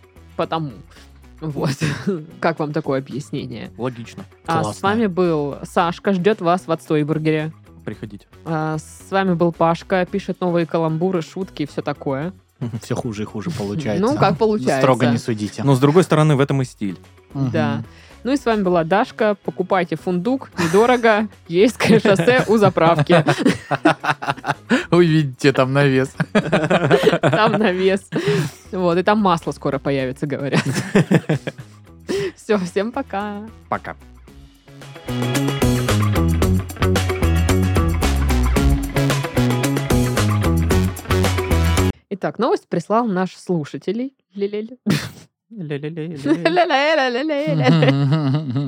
Вот. Как вам такое объяснение? Логично. А Классно. с вами был Сашка, ждет вас в отстой бургере. Приходите. С вами был Пашка, пишет новые каламбуры, шутки и все такое. Все хуже и хуже получается. Ну, как получается. Строго не судите. Но с другой стороны, в этом и стиль. Да. Ну и с вами была Дашка. Покупайте фундук, недорого. Ейское шоссе у заправки. Увидите там навес. Там навес. Вот, и там масло скоро появится, говорят. Все, всем пока. Пока. Итак, новость прислал наш слушатель. Ле-ле-ле. Ля-ля-ля-ля. Ля-ля-ля-ля-ля-ля.